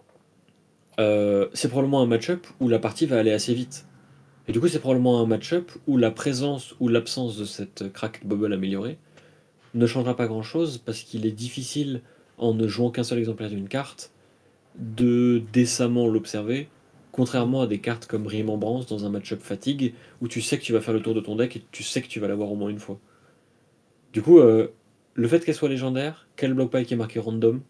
euh, c'est probablement un match-up où la partie va aller assez vite. Et du coup, c'est probablement un match-up où la présence ou l'absence de cette cracked bubble améliorée ne changera pas grand-chose parce qu'il est difficile, en ne jouant qu'un seul exemplaire d'une carte, de décemment l'observer, Mm. contrairement à des cartes comme Remembrance dans un match-up fatigue, où tu sais que tu vas faire le tour de ton deck et tu sais que tu vas l'avoir au moins une fois. Du coup, euh, le fait qu'elle soit légendaire, qu'elle bloque pas et qui est marqué random,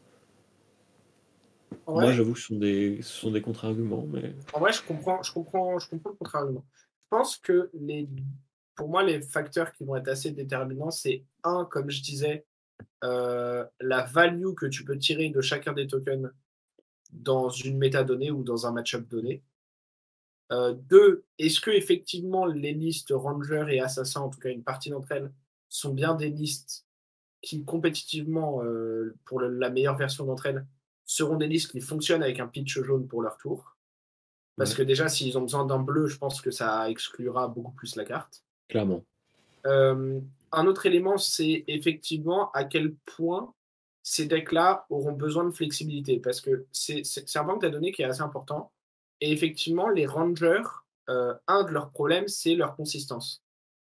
moi Ouais, j'avoue que ce sont des, ce sont des contre-arguments, mais... en vrai, je comprends, je comprends, je comprends le contre-argument. Je pense que les, pour moi, les facteurs qui vont être assez déterminants, c'est un, comme je disais, euh, la value que tu peux tirer de chacun des tokens dans une méta donnée ou dans un match-up donné. Euh, deux, est-ce que effectivement les listes Ranger et Assassin, en tout cas une partie d'entre elles, sont bien des listes qui compétitivement, euh, pour le- la meilleure version d'entre elles, seront des listes qui fonctionnent avec un pitch jaune pour leur tour. Parce Ouais, que déjà, s'ils ont besoin d'un bleu, je pense que ça exclura beaucoup plus la carte. clairement. Euh, un autre élément, c'est effectivement à quel point ces decks-là auront besoin de flexibilité. Parce que c'est c'est- c'est un point que tu as donné qui est assez important. Et effectivement, les Rangers, euh, un de leurs problèmes, c'est leur consistance.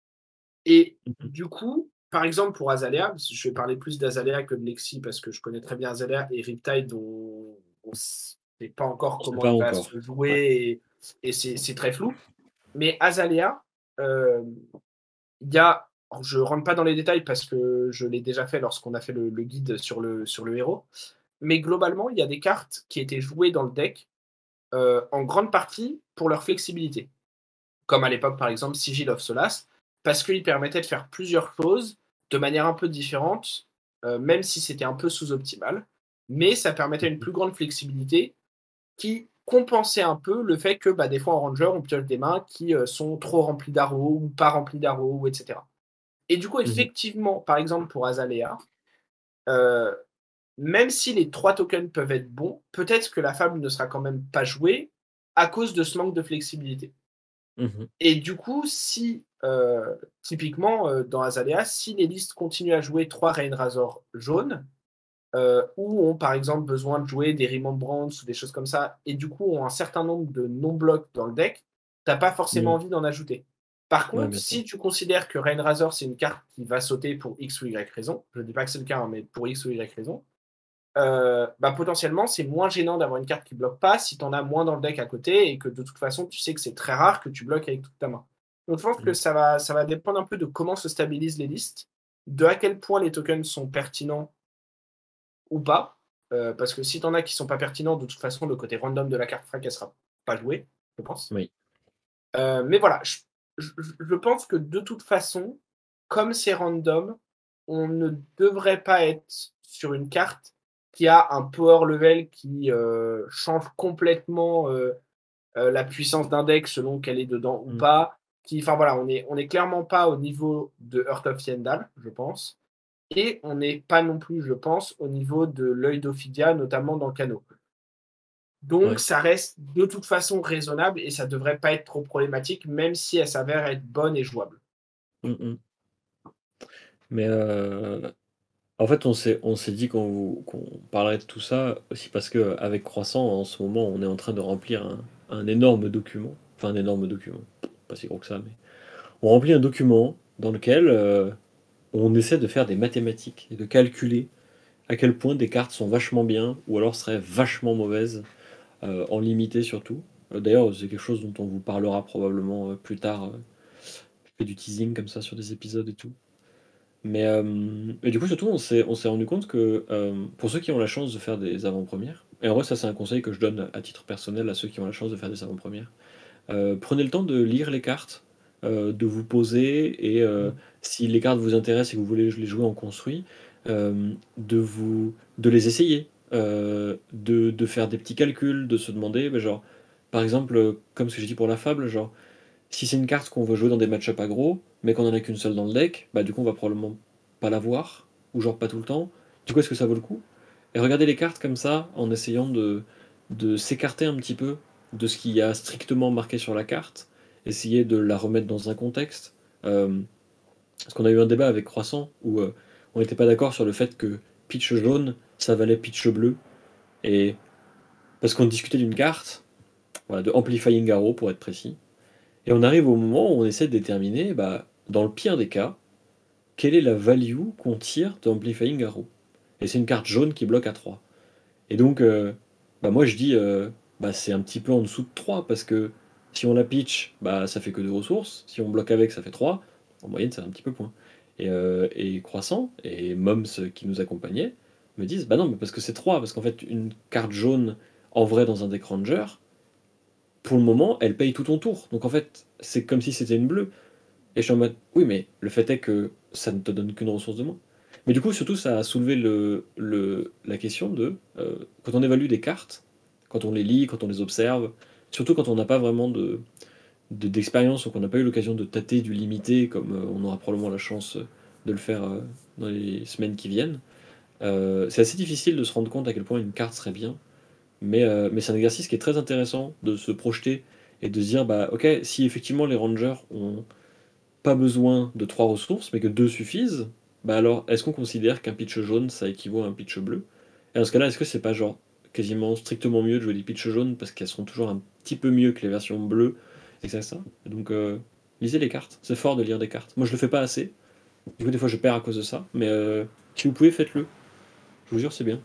Et Mhm. du coup, par exemple, pour Azalea, parce que je vais parler plus d'Azalea que de Lexi parce que je connais très bien Azalea et Riptide, dont on ne sait pas encore On sait comment pas il va encore. se Ouais. jouer et, et c'est c'est très flou. Mais Azalea, euh, il y a, je rentre pas dans les détails parce que je l'ai déjà fait lorsqu'on a fait le, le guide sur le, sur le héros, mais globalement, il y a des cartes qui étaient jouées dans le deck euh, en grande partie pour leur flexibilité, comme à l'époque par exemple Sigil of Solace, parce qu'il permettait de faire plusieurs choses de manière un peu différente, euh, même si c'était un peu sous-optimal, mais ça permettait une Mhm. plus grande flexibilité qui compensait un peu le fait que bah, des fois en ranger, on pioche des mains qui euh, sont trop remplies d'arrows ou pas remplies d'arrows, et cetera. Et du coup, Mhm. effectivement, par exemple pour Azalea, euh, même si les trois tokens peuvent être bons, peut-être que la fable ne sera quand même pas jouée à cause de ce manque de flexibilité. Mhm. Et du coup, si, euh, typiquement, euh, dans Azalea, si les listes continuent à jouer trois Rain Razor jaunes, euh, ou ont par exemple besoin de jouer des Remembrance ou des choses comme ça, et du coup ont un certain nombre de non-blocs dans le deck, t'as pas forcément Mhm. envie d'en ajouter. Par Ouais, contre, bien sûr. si tu considères que Rain Razor c'est une carte qui va sauter pour X ou Y raison, je ne dis pas que c'est le cas, hein, mais pour X ou Y raison, euh, bah, potentiellement c'est moins gênant d'avoir une carte qui bloque pas si tu en as moins dans le deck à côté et que de toute façon tu sais que c'est très rare que tu bloques avec toute ta main. Donc je pense que Mhm. ça va, ça va dépendre un peu de comment se stabilisent les listes, de à quel point les tokens sont pertinents ou pas. Euh, parce que si t'en as qui sont pas pertinents, de toute façon, le côté random de la carte fracassera. pas joué, je pense. Oui. Euh, mais voilà, je, je- je pense que de toute façon, comme c'est random, on ne devrait pas être sur une carte qui a un power level qui euh, change complètement euh, euh, la puissance d'un deck selon qu'elle est dedans ou Mm. pas. Qui, enfin voilà, on est, on est clairement pas au niveau de Heart of Yendal, je pense. Et on n'est pas non plus, je pense, au niveau de l'œil d'Ophidia, notamment dans Cano. Donc, Ouais. ça reste de toute façon raisonnable et ça devrait pas être trop problématique, même si elle s'avère être bonne et jouable. Mm, mm. Mais euh, en fait, on s'est on s'est dit qu'on vous- qu'on parlerait de tout ça aussi parce que avec Croissant, en ce moment, on est en train de remplir un, un énorme document. Enfin, un énorme document. Pas si gros que ça, mais on remplit un document dans lequel euh, on essaie de faire des mathématiques et de calculer à quel point des cartes sont vachement bien ou alors seraient vachement mauvaises, euh, en limité surtout. Euh, D'ailleurs, c'est quelque chose dont on vous parlera probablement euh, plus tard. Euh, je fais du teasing comme ça sur des épisodes et tout. Mais, euh, et du coup, surtout, on s'est on s'est rendu compte que euh, pour ceux qui ont la chance de faire des avant-premières, et en vrai, ça, c'est un conseil que je donne à titre personnel à ceux qui ont la chance de faire des avant-premières, euh, prenez le temps de lire les cartes, euh, de vous poser, et euh, si les cartes vous intéressent et que vous voulez les jouer en construit, euh, de, vous, de les essayer, euh, de, de faire des petits calculs, de se demander, ben, genre, par exemple, euh, comme ce que j'ai dit pour la fable, genre, si c'est une carte qu'on veut jouer dans des match-up aggro, mais qu'on en a qu'une seule dans le deck, bah du coup on va probablement pas l'avoir, ou genre pas tout le temps. Du coup, est-ce que ça vaut le coup? Et regardez les cartes comme ça, en essayant de, de s'écarter un petit peu de ce qu'il y a strictement marqué sur la carte, essayer de la remettre dans un contexte. Euh, parce qu'on a eu un débat avec Croissant où euh, on n'était pas d'accord sur le fait que pitch jaune, ça valait pitch bleu, et parce qu'on discutait d'une carte, voilà, de Amplifying Arrow pour être précis. Et on arrive au moment où on essaie de déterminer, bah, dans le pire des cas, quelle est la value qu'on tire d'Amplifying Arrow. Et c'est une carte jaune qui bloque à trois. Et donc, euh, bah, moi je dis, euh, bah, c'est un petit peu en dessous de trois, parce que si on la pitch, bah, ça fait que deux ressources. Si on bloque avec, ça fait trois. En moyenne, c'est un petit peu point. Et, euh, et Croissant et Moms qui nous accompagnaient me disent, bah non, mais parce que c'est trois, parce qu'en fait, une carte jaune en vrai dans un deck ranger, pour le moment, elle paye tout ton tour. Donc en fait, c'est comme si c'était une bleue. Et je suis en mode, oui, mais le fait est que ça ne te donne qu'une ressource de moins. Mais du coup, surtout, ça a soulevé le, le- la question de, euh, quand on évalue des cartes, quand on les lit, quand on les observe, surtout quand on n'a pas vraiment de, de- d'expérience ou qu'on n'a pas eu l'occasion de tâter du limité, comme euh, on aura probablement la chance de le faire euh, dans les semaines qui viennent, euh, c'est assez difficile de se rendre compte à quel point une carte serait bien. Mais, euh, mais c'est un exercice qui est très intéressant de se projeter et de se dire, bah ok, si effectivement les rangers ont pas besoin de trois ressources, mais que deux suffisent, bah alors est-ce qu'on considère qu'un pitch jaune ça équivaut à un pitch bleu? Et dans ce cas-là, est-ce que c'est pas genre quasiment strictement mieux de jouer des pitchs jaunes parce qu'elles seront toujours un petit peu mieux que les versions bleues, et c'est ça? Et donc euh, lisez les cartes, c'est fort de lire des cartes. Moi je le fais pas assez, du coup des fois je perds à cause de ça, mais euh, si vous pouvez faites-le, je vous jure c'est bien.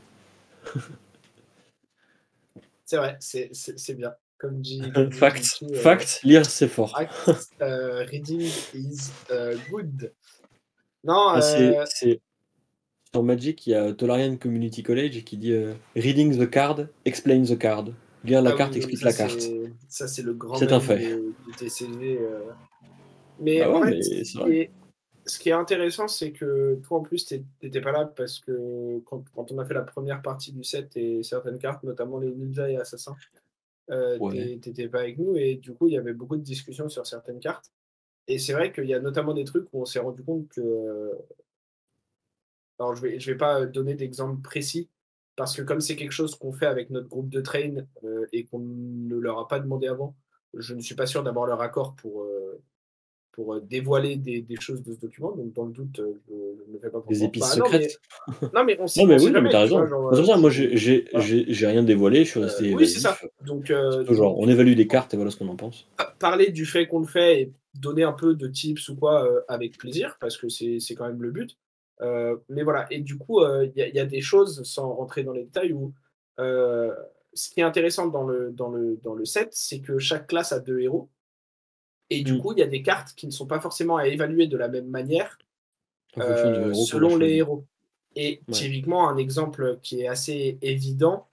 C'est vrai, c'est c'est- c'est bien. Comme dit, comme dit Facts, Genki, euh, facts, lire c'est fort. acts, euh, reading is euh, good. Non, Ah, c'est, euh, c'est... Sur Magic, il y a Tolarian Community College qui dit euh, Reading the card, explain the card. Lire la ah oui, carte non, mais explique ça la carte. c'est ça c'est le grand C'est un même fait. de, du T C G. euh. Mais Bah en ouais, fait, ce mais c'est qui vrai. est, ce qui est intéressant, c'est que toi en plus, t'é- t'étais pas là parce que quand, quand on a fait la première partie du set et certaines cartes, notamment les ninjas et assassins, euh, Ouais. t'é- t'étais pas avec nous et du coup, il y avait beaucoup de discussions sur certaines cartes. Et c'est vrai qu'il y a notamment des trucs où on s'est rendu compte que alors, je vais, je vais pas donner d'exemple précis, parce que comme c'est quelque chose qu'on fait avec notre groupe de train euh, et qu'on ne leur a pas demandé avant, je ne suis pas sûr d'avoir leur accord pour, euh, pour euh, dévoiler des, des choses de ce document. Donc, dans le doute, euh, je, je ne le fais pas pour le Des moment. épices Bah non, mais, secrètes. non, mais on Non, sait, mais on sait oui, non, mais jamais, t'as tu vois. raison. Genre, C'est pour euh, ça, moi, je, j'ai j'ai- voilà. j'ai- j'ai rien dévoilé, je suis Euh, resté oui, c'est ça. évasif. Donc, C'est euh, plutôt genre, on donc, évalue des cartes et voilà ce qu'on en pense. pa- parler du fait qu'on le fait et donner un peu de tips ou quoi euh, avec plaisir, parce que c'est c'est quand même le but. Euh, mais voilà, et du coup, euh, il y, a- il y a des choses, sans rentrer dans les détails, où euh, ce qui est intéressant dans le, dans le, dans le set, c'est que chaque classe a deux héros. Et du Hmm. coup, il y a des cartes qui ne sont pas forcément à évaluer de la même manière En fonction du euh, héros qu'on a selon les choisi. héros. Et Ouais. typiquement, un exemple qui est assez évident,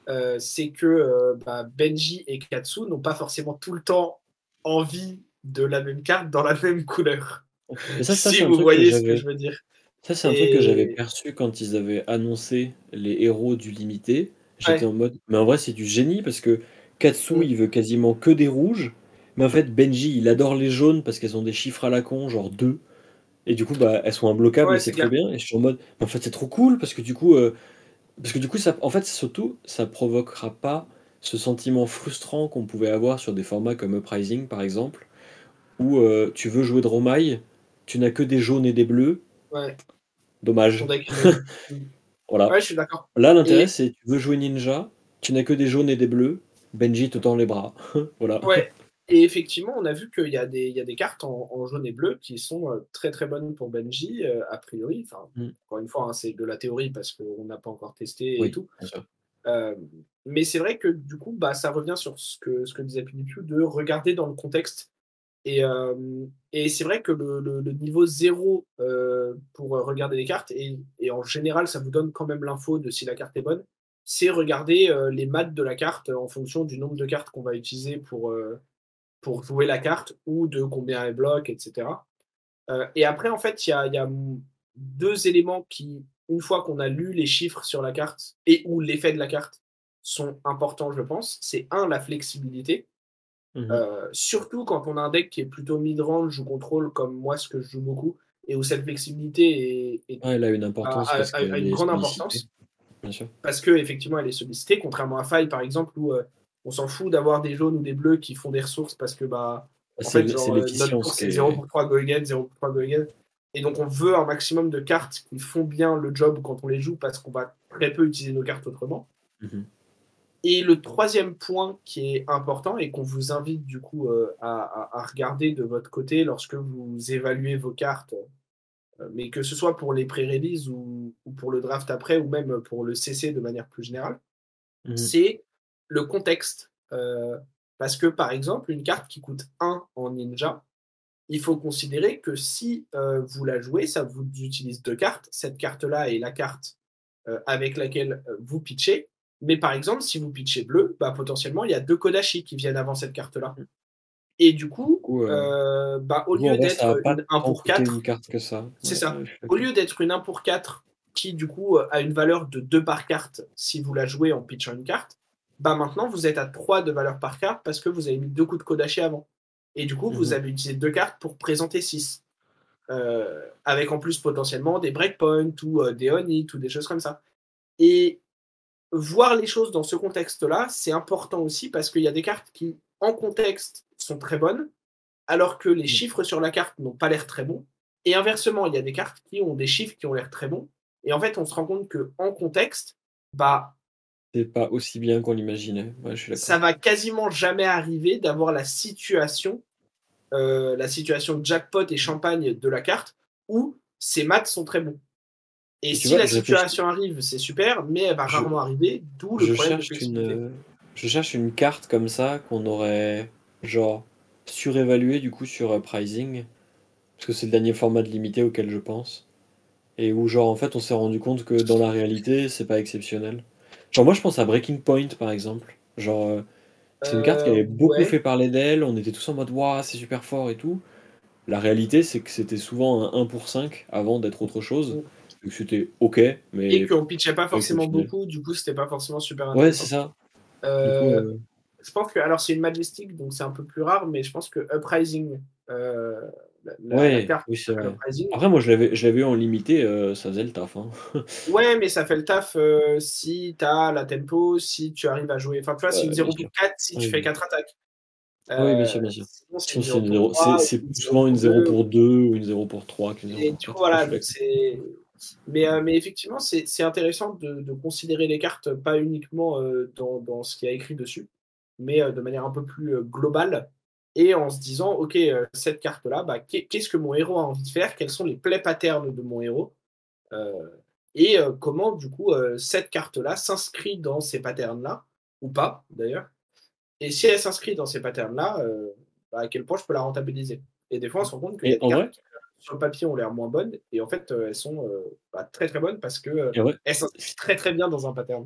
heu, c'est que, heu, bah, Benji et Katsu n'ont pas forcément tout le temps envie de la même carte dans la même couleur. Mais ça ça Si c'est un vous truc que voyez ce que j'avais je veux dire? ça c'est un truc que j'avais Et perçu quand ils avaient annoncé les héros du limité. J'étais ouais. en mode: «Mais en vrai, c'est du génie» parce que Katsu, Mmh. il veut quasiment que des rouges, mais en fait, Benji, il adore les jaunes parce qu'elles ont des chiffres à la con, genre deux et du coup, bah, elles sont imbloquables et Ouais, c'est c'est trop clair. bien et je suis en mode: «Mais en fait, c'est trop cool» parce que du coup, heu, parce que du coup, ça en fait, surtout, ça provoquera pas ce sentiment frustrant qu'on pouvait avoir sur des formats comme Uprising, par exemple, où, heu, tu veux jouer Dromai, tu n'as que des jaunes et des bleus, Ouais, ton dommage. deck est nul. Mmh. Ouais, Voilà. je suis d'accord Là, l'intérêt, et c'est tu veux jouer ninja, tu n'as que des jaunes et des bleus, Benji te tend les bras. Voilà. ouais et effectivement, on a vu qu'il y a des il y a des cartes en en jaune et bleu qui sont, heu, très, très bonnes pour Benji, heu, a priori. Enfin, Mmh. encore une fois, hein, c'est de la théorie parce qu'on n'a pas encore testé et Oui, tout. bien sûr. Hem, mais c'est vrai que du coup, bah, ça revient sur ce que ce que disait PewDiePie de regarder dans le contexte et hem et c'est vrai que le le le niveau zéro, heu, pour, heu, regarder les cartes et et en général, ça vous donne quand même l'info de si la carte est bonne, c'est regarder, heu, les maths de la carte en fonction du nombre de cartes qu'on va utiliser pour, heu, pour jouer la carte ou de combien elle bloque et cetera. Heu et après en fait, il y a il y a, mmh, deux éléments qui, une fois qu'on a lu les chiffres sur la carte et ou l'effet de la carte, sont importants, je pense. C'est un la flexibilité, Mmh mh. heu, surtout quand on a un deck qui est plutôt mid-range ou contrôle comme moi, ce que je joue beaucoup et où cette flexibilité est est Ouais, elle a une a importance a parce a a qu'elle une est grande sollicitée, importance bien sûr. parce qu'effectivement elle est sollicitée, contrairement à Faille par exemple où, heu, on s'en fout d'avoir des jaunes ou des bleus qui font des ressources parce que, bah, en C'est fait l'e c'est genre, heu, notre tour l'efficience qui c'est zéro est pour trois go again, zéro pour trois go again et donc on veut un maximum de cartes qui font bien le job quand on les joue parce qu'on va très peu utiliser nos cartes autrement. Mmh mh. Et le troisième point qui est important et qu'on vous invite du coup, heu, à à à regarder de votre côté lorsque vous évaluez vos cartes, heu, mais que ce soit pour les pré-release ou ou pour le draft après ou même pour le C C de manière plus générale, Mmh mh. c'est le contexte. Heu, parce que par exemple, une carte qui coûte un en ninja, il faut considérer que si, heu, vous la jouez, ça vous utilise deux cartes. Cette carte-là est la carte, heu, avec laquelle, heu, vous pitchez. Mais par exemple, si vous pitchez bleu, bah, potentiellement, il y a deux Kodachi qui viennent avant cette carte-là. Mmh. Et du Du coup, coup, heu, heu, bah, au du coup, en lieu vrai, ça va d'être pas une un tant pour coûter une quatre, carte que ça. c'est Ouais, ça. ouais, je suis Au d'accord. lieu d'être une un pour quatre qui, du coup, heu, a une valeur de deux par carte si vous la jouez en pitchant une carte, bah, maintenant vous êtes à trois de valeur par carte parce que vous avez mis deux coups de Kodachi avant. Et du coup, Mmh vous mh. avez utilisé deux cartes pour présenter six. Heu, avec en plus potentiellement des breakpoints ou, heu, des on-hit ou des choses comme ça. Et voir les choses dans ce contexte-là, c'est important aussi parce qu'il y a des cartes qui, en contexte, sont très bonnes, alors que les Mmh. chiffres sur la carte n'ont pas l'air très bons. Et inversement, il y a des cartes qui ont des chiffres qui ont l'air très bons. Et en fait, on se rend compte qu'en contexte, bah, C'est pas aussi bien qu'on l'imaginait. Ouais, je suis ça d'accord. va quasiment jamais arriver d'avoir la situation, heu, la situation jackpot et Mmh. champagne de la carte où ses maths sont très bons. Et Et tu si vois, la je réfléchis situation arrive, c'est super, mais elle va je rarement arriver, d'où le je problème de cherche une, flexibilité. heu, je cherche une carte comme ça qu'on aurait, genre, surévaluée du coup sur Uprising, parce que c'est le dernier format de limité auquel je pense et où genre, en fait, on s'est rendu compte que dans la réalité, c'est pas exceptionnel. Genre moi, je pense à Breaking Point, par exemple. Genre, heu, c'est une carte qui Heu, avait beaucoup ouais. fait parler d'elle, on était tous en mode: «Waouh, c'est super fort et tout». La réalité, c'est que c'était souvent un un pour cinq avant d'être autre chose, Mmh. et que c'était OK, Et mais qu'on pitchait pas pas forcément exceptionnel. beaucoup, du coup, c'était pas forcément super Ouais, c'est intéressant. ça. Du coup, Heu, heu, je pense que alors c'est une Majestic, donc c'est un peu plus rare, mais je pense que Uprising, heu, la la la ouais, carte oui, qui c'est s'appelle vrai. Uprising, Après moi je l'avais je l'avais eu en limité, heu, ça faisait le taf, hein. ouais, mais ça fait le taf, heu, si tu as la tempo, si tu arrives à jouer enfin, tu vois, c'est une Ouais, bien zéro pour sûr. quatre si tu Oui, fais oui. quatre attaques. Oui, bien Heu, sûr, bien sûr. sinon c'est Sinon une c'est zéro une pour zéro c'est trois ou c'est une plus zéro souvent une pour zéro deux. pour deux ou une zéro pour trois qu'une zéro Et pour du coup, quatre. Ouais, je voilà, suis donc d'accord. c'est mais heu, mais effectivement, c'est c'est intéressant de de considérer les cartes, pas uniquement, heu, dans dans ce qu'il y a écrit dessus, mais heu, de manière un peu plus, heu, globale et en se disant: «OK, heu, cette carte-là, bah, qu'est qu'est-ce que mon héros a envie de faire? Quels sont les play patterns de mon héros?» heu et heu, comment du coup, heu, cette carte-là s'inscrit dans ces patterns-là ou pas d'ailleurs et si elle s'inscrit dans ces patterns-là, heu, bah, à quel point je peux la rentabiliser? Et des fois, on Mmh se rend compte qu'il y a et des en cartes vrai qui, heu, sur le papier, ont l'air moins bonnes et en fait, heu, elles sont, heu, bah, très, très bonnes parce que, heu, et en vrai, elles s'inscrivent c très, très bien dans un pattern.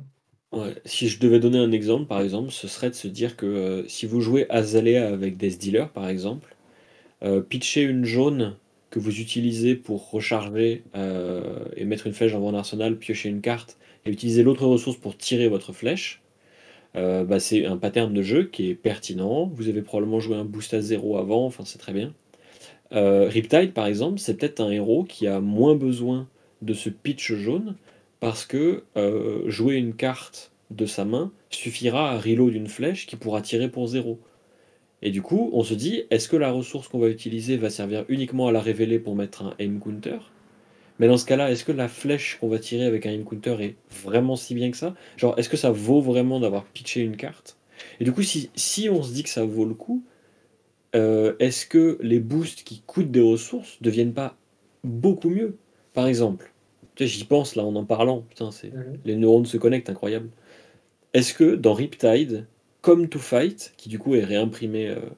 Ouais, si je devais donner un exemple, par exemple, ce serait de se dire que, heu, si vous jouez Azalea avec Death Dealer, par exemple, heu, pitcher une jaune que vous utilisez pour recharger, heu et mettre une flèche dans votre arsenal, piocher une carte et utiliser l'autre ressource pour tirer votre flèche, heu, bah, c'est un pattern de jeu qui est pertinent. Vous avez probablement joué un boost à zéro avant, enfin, c'est très bien. Heu, Riptide, par exemple, c'est peut-être un héros qui a moins besoin de ce pitch jaune parce que, heu, jouer une carte de sa main suffira à reload une flèche qui pourra tirer pour zéro. Et du coup, on se dit: «Est-ce que la ressource qu'on va utiliser va servir uniquement à la révéler pour mettre un aim counter? Mais dans ce cas-là, est-ce que la flèche qu'on va tirer avec un aim counter est vraiment si bien que ça? Genre, est-ce que ça vaut vraiment d'avoir pitché une carte?» Et du coup, si si on se dit que ça vaut le coup, Heu, est-ce que les boosts qui coûtent des ressources deviennent pas beaucoup mieux? Par exemple, tu sais, j'y pense là en en parlant, putain, c'est Mhm. les neurones se connectent, incroyable. Est-ce que dans Riptide, Come to Fight, qui du coup est réimprimé, heu,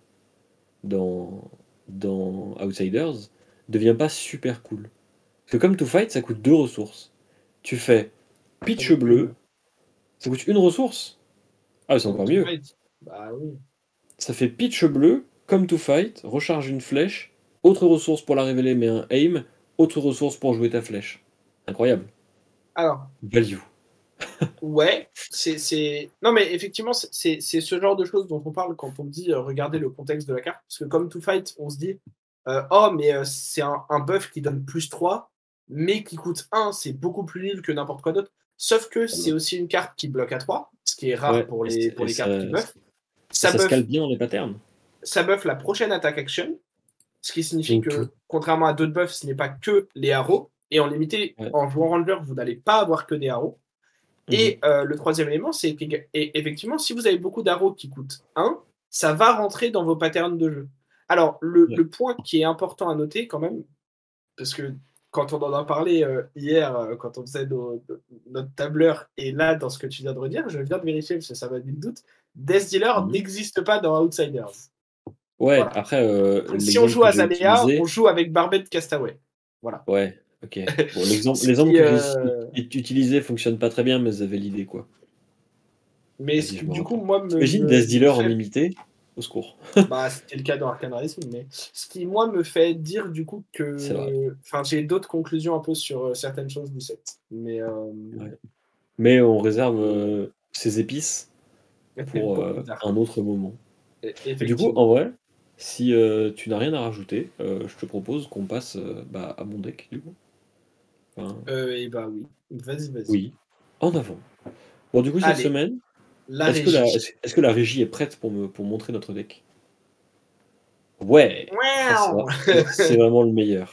dans dans Outsiders, devient pas super cool? Parce que Come to Fight, ça coûte deux ressources. Tu fais Ça pitch coûte bleu, une. ça coûte une ressource? Ah, c'est Comme encore to mieux. fight. Bah oui. Ça fait pitch bleu, come to fight, recharge une flèche, autre ressource pour la révéler mais un aim, autre ressource pour jouer ta flèche. Incroyable. Alors, Value. ouais, c'est c'est non, mais effectivement, c'est c'est c'est ce genre de choses dont on parle quand on dit, heu, regardez le contexte de la carte. Parce que comme to fight, on se dit, heu: «Oh mais heu, c'est un un buff qui donne plus trois, mais qui coûte un, c'est beaucoup plus nul que n'importe quoi d'autre». Sauf que Ah c'est bah, aussi une carte qui bloque à trois, ce qui est rare ouais, pour et, les c'est- pour et les ça, cartes qui buffent. et Ça ça se cale buff bien dans les patterns. ça buff la prochaine attaque action, ce qui signifie Donc tout. que, contrairement à d'autres buffs, ce n'est pas que les arrows et en limité, Ouais. en jouant ranger, vous n'allez pas avoir que des arrows. Mhm. Et euh, le troisième élément, c'est qu'effectivement, si vous avez beaucoup d'arrows qui coûtent un, ça va rentrer dans vos patterns de jeu. Alors, le, Ouais. le point qui est important à noter quand même, parce que quand on en a parlé euh, hier, euh, quand on faisait nos- nos- notre tableur, et là, dans ce que tu viens de redire, je viens de vérifier, parce que ça m'a mis le doute, Death Dealer Mhm. n'existe pas dans Outsiders. Ouais, Voilà. après, euh, Donc si on l'exemple joue que à j'ai Zalea, on utilisé, joue avec Barbet Castaway. Voilà. ouais, ok. Bon, l'exemple, Ce l'exemple qui, que j'ai euh, utilisé fonctionne pas très bien, mais vous avez l'idée, quoi. mais ce Vas-y, je qui, me du coup, rappelle. moi, me, T'imagines me, Death me Dealer en fait. limité? Au secours. Bah, c'était le cas dans Arcane Racing, mais ce qui, moi, me fait dire, du coup, C'est vrai. que. Enfin, j'ai d'autres conclusions un peu sur euh, certaines choses du set. Mais. euh, Ouais. Mais on réserve mais- euh, ces épices pour pour plus euh, tard. un autre moment. E- Et du coup, en Effectivement. vrai, si euh, tu n'as rien à rajouter, euh, je te propose qu'on passe euh, bah, à mon deck, du coup. Enfin, Euh, et bah oui. Vas-y, vas-y. oui, en avant. Bon, du coup, cette Allez, semaine, la est-ce que la, régie. est-ce, est-ce que la régie est prête pour me pour montrer notre deck? Ouais, ça, c'est Miaou. c'est- c'est vraiment le meilleur.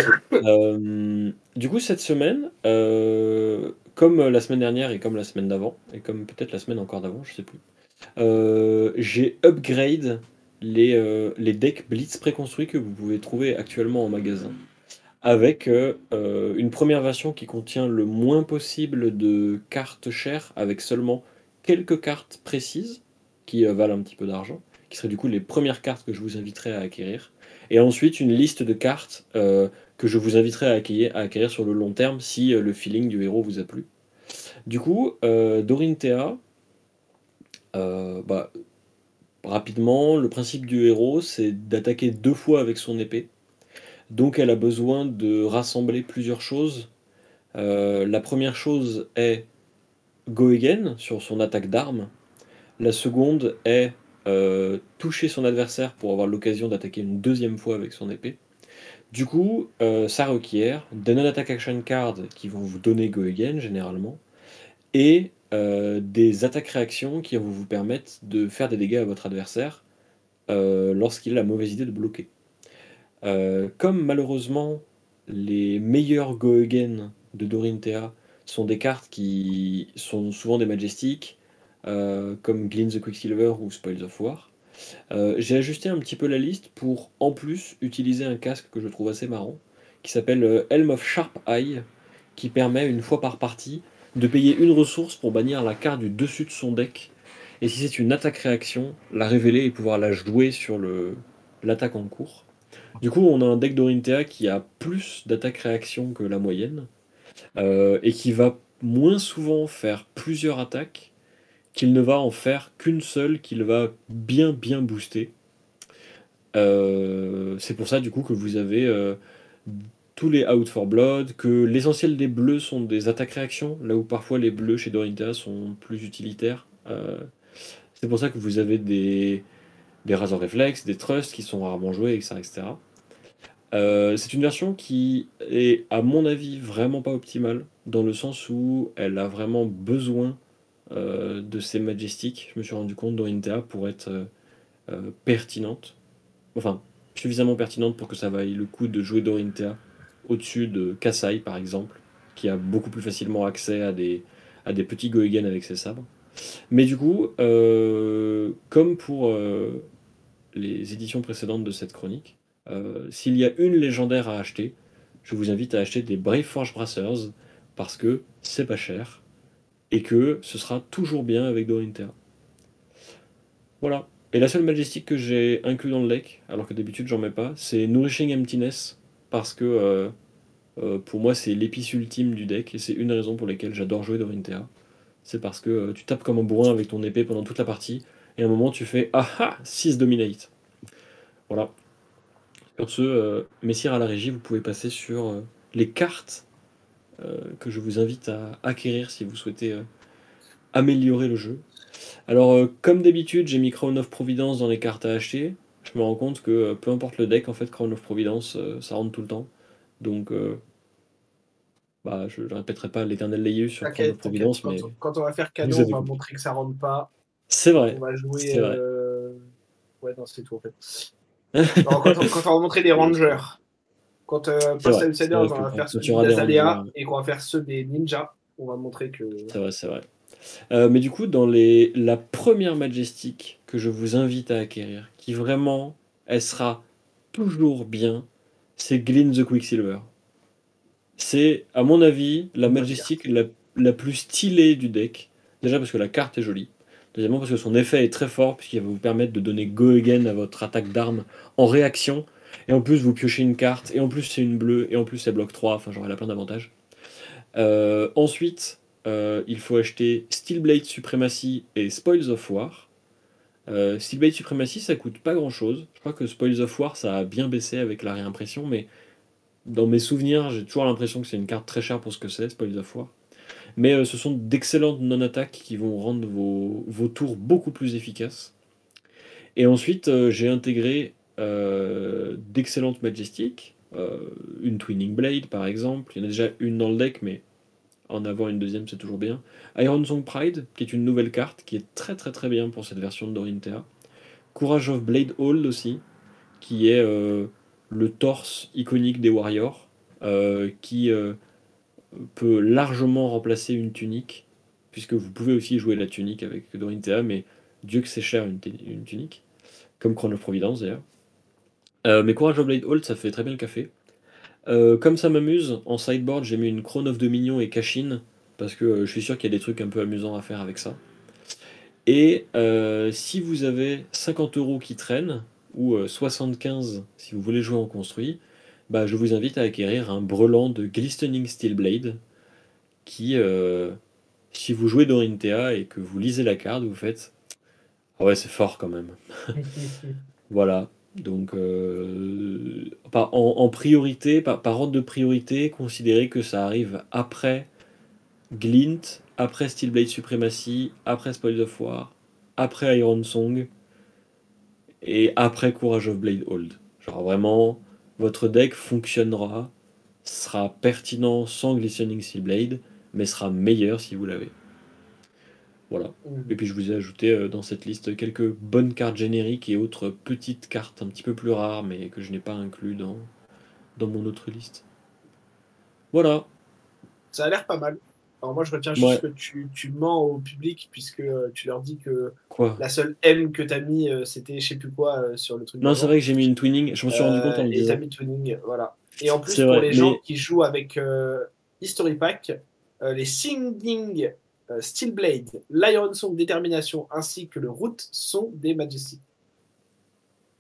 Euh, du coup, cette semaine, euh, comme la semaine dernière et comme la semaine d'avant, et comme peut-être la semaine encore d'avant, je sais plus, euh, j'ai upgrade les, euh, les decks Blitz préconstruits que vous pouvez trouver actuellement en magasin, avec euh, euh, une première version qui contient le moins possible de cartes chères, avec seulement quelques cartes précises qui euh, valent un petit peu d'argent, qui seraient du coup les premières cartes que je vous inviterai à acquérir. Et ensuite une liste de cartes euh, que je vous inviterai à acquérir, à acquérir sur le long terme si euh, le feeling du héros vous a plu. Du coup, euh, Dorinthea, euh, bah, rapidement, le principe du héros, c'est d'attaquer deux fois avec son épée. Donc elle a besoin de rassembler plusieurs choses. Euh, la première chose est Go Again sur son attaque d'arme. La seconde est euh, toucher son adversaire pour avoir l'occasion d'attaquer une deuxième fois avec son épée. Du coup, euh, ça requiert des non-attack action cards qui vont vous donner Go Again généralement, et euh, des attaques réactions qui vont vous permettre de faire des dégâts à votre adversaire euh, lorsqu'il a la mauvaise idée de bloquer. Euh, comme malheureusement les meilleurs Go Again de Dorinthea sont des cartes qui sont souvent des Majestics, euh, comme Glyn the Quicksilver ou Spoils of War, euh, j'ai ajusté un petit peu la liste pour en plus utiliser un casque que je trouve assez marrant, qui s'appelle euh, Helm of Sharp Eye, qui permet une fois par partie de payer une ressource pour bannir la carte du dessus de son deck, et si c'est une attaque réaction, la révéler et pouvoir la jouer sur le l'attaque en cours. Du coup, on a un deck d'Orinthea qui a plus d'attaque réaction que la moyenne, euh, et qui va moins souvent faire plusieurs attaques qu'il ne va en faire qu'une seule qu'il va bien bien booster. Euh, c'est pour ça du coup que vous avez euh, tous les Out for Blood, que l'essentiel des bleus sont des attaques-réactions, là où parfois les bleus chez Dorinthea sont plus utilitaires. Euh, c'est pour ça que vous avez des, des Razor Reflex, des Trusts qui sont rarement joués, et cetera et cetera. Euh, c'est une version qui est, à mon avis, vraiment pas optimale, dans le sens où elle a vraiment besoin euh, de ces Majestics, je me suis rendu compte, Dorinthea, pour être euh, euh, pertinente. Enfin, suffisamment pertinente pour que ça vaille le coup de jouer Dorinthea au-dessus de Kassai, par exemple, qui a beaucoup plus facilement accès à des, à des petits Goegen avec ses sabres. Mais du coup, euh, comme pour euh, les éditions précédentes de cette chronique, euh, s'il y a une légendaire à acheter, je vous invite à acheter des Brave Forge Brassers, parce que c'est pas cher, et que ce sera toujours bien avec Dorinthea. Voilà. Et la seule Majestic que j'ai inclus dans le deck, alors que d'habitude j'en mets pas, c'est Nourishing Emptiness, parce que euh, euh, pour moi c'est l'épice ultime du deck, et c'est une raison pour laquelle j'adore jouer Dorinthea. C'est parce que euh, tu tapes comme un bourrin avec ton épée pendant toute la partie, et à un moment tu fais ah ah six Dominate. Voilà. Sur ce, euh, messire à la régie, vous pouvez passer sur euh, les cartes euh, que je vous invite à acquérir si vous souhaitez euh, améliorer le jeu. Alors, euh, comme d'habitude, j'ai mis Crown of Providence dans les cartes à acheter. Je me rends compte que euh, peu importe le deck, en fait, Crown of Providence, euh, ça rentre tout le temps. Donc, euh, bah, je ne répéterai pas l'éternel Laïus sur Crown of T'inquiète, t'inquiète. Providence, Quand, mais quand on va faire vous cadeau, on avez va compris. montrer que ça rentre pas. C'est Quand on vrai, va jouer. c'est vrai. euh, Ouais, non, c'est tout en fait. Non, quand on, quand on va montrer des C'est rangers. Quand euh, c'est vrai, c'est Post-Outsiders, vrai, on je va comprends. faire Quand ceux tu des auras des rangers, Azalea et qu'on va faire ceux des ninjas, on va montrer que. c'est vrai, c'est vrai. Euh, mais du coup, dans les... la première Majestic que je vous invite à acquérir, qui vraiment, elle sera toujours bien, c'est Glyn the Quicksilver. C'est, à mon avis, la Une bonne Majestic carte. la, la plus stylée du deck. Déjà parce que la carte est jolie. Deuxièmement parce que son effet est très fort, puisqu'il va vous permettre de donner Go Again à votre attaque d'armes en réaction. Et en plus, vous piochez une carte, et en plus, c'est une bleue, et en plus, c'est bloc trois. Enfin, genre, elle a plein d'avantages. Euh, ensuite, euh, il faut acheter Steelblade Supremacy et Spoils of War. Euh, Steelblade Supremacy, ça coûte pas grand chose. Je crois que Spoils of War, ça a bien baissé avec la réimpression, mais dans mes souvenirs, j'ai toujours l'impression que c'est une carte très chère pour ce que c'est, Spoils of War. Mais euh, ce sont d'excellentes non-attaques qui vont rendre vos, vos tours beaucoup plus efficaces. Et ensuite, euh, j'ai intégré euh, d'excellentes Majestic, euh, une Twinning Blade par exemple. Il y en a déjà une dans le deck, mais en avoir une deuxième, c'est toujours bien. Iron Song Pride, qui est une nouvelle carte, qui est très très très bien pour cette version de Dorinthea. Courage of Blade Hold aussi, qui est euh, le torse iconique des Warriors, euh, qui euh, peut largement remplacer une tunique, puisque vous pouvez aussi jouer la tunique avec Dorinthea, mais Dieu que c'est cher une, une tunique, comme Crown of Providence d'ailleurs. Euh, mais Courage of Blade Hold, ça fait très bien le café. Euh, comme ça m'amuse, en sideboard, j'ai mis une Crown of Dominion et Cashin, parce que euh, je suis sûr qu'il y a des trucs un peu amusants à faire avec ça. Et euh, si vous avez cinquante euros qui traînent, ou euh, soixante-quinze si vous voulez jouer en construit, bah, je vous invite à acquérir un brelan de Glistening Steelblade, qui, euh, si vous jouez Dorinthea et que vous lisez la carte, vous faites ah ouais, c'est fort quand même. Voilà. Donc, euh, par- en, en priorité, par, par ordre de priorité, considérez que ça arrive après Glint, après Steelblade Supremacy, après Spoils of War, après Iron Song et après Courage of Blade Hold. Genre vraiment, votre deck fonctionnera, sera pertinent sans Glistening Steelblade, mais sera meilleur si vous l'avez. Voilà. Et puis je vous ai ajouté euh, dans cette liste quelques bonnes cartes génériques et autres petites cartes un petit peu plus rares, mais que je n'ai pas inclus dans, dans mon autre liste. Voilà. Ça a l'air pas mal. Alors moi, je retiens juste Ouais. que tu, tu mens au public puisque euh, tu leur dis que Quoi? la seule M que tu as mis, euh, c'était je sais plus quoi euh, sur le truc Non, c'est d'avant. vrai que j'ai mis une twinning. Je me suis rendu compte en Euh, le et tu as disant. mis Tuning, voilà. Et en plus, C'est pour vrai, les gens mais qui jouent avec euh, History Pack, euh, les Singing euh, Steelblade, l'Iron Song Détermination ainsi que le Root sont des Majestic.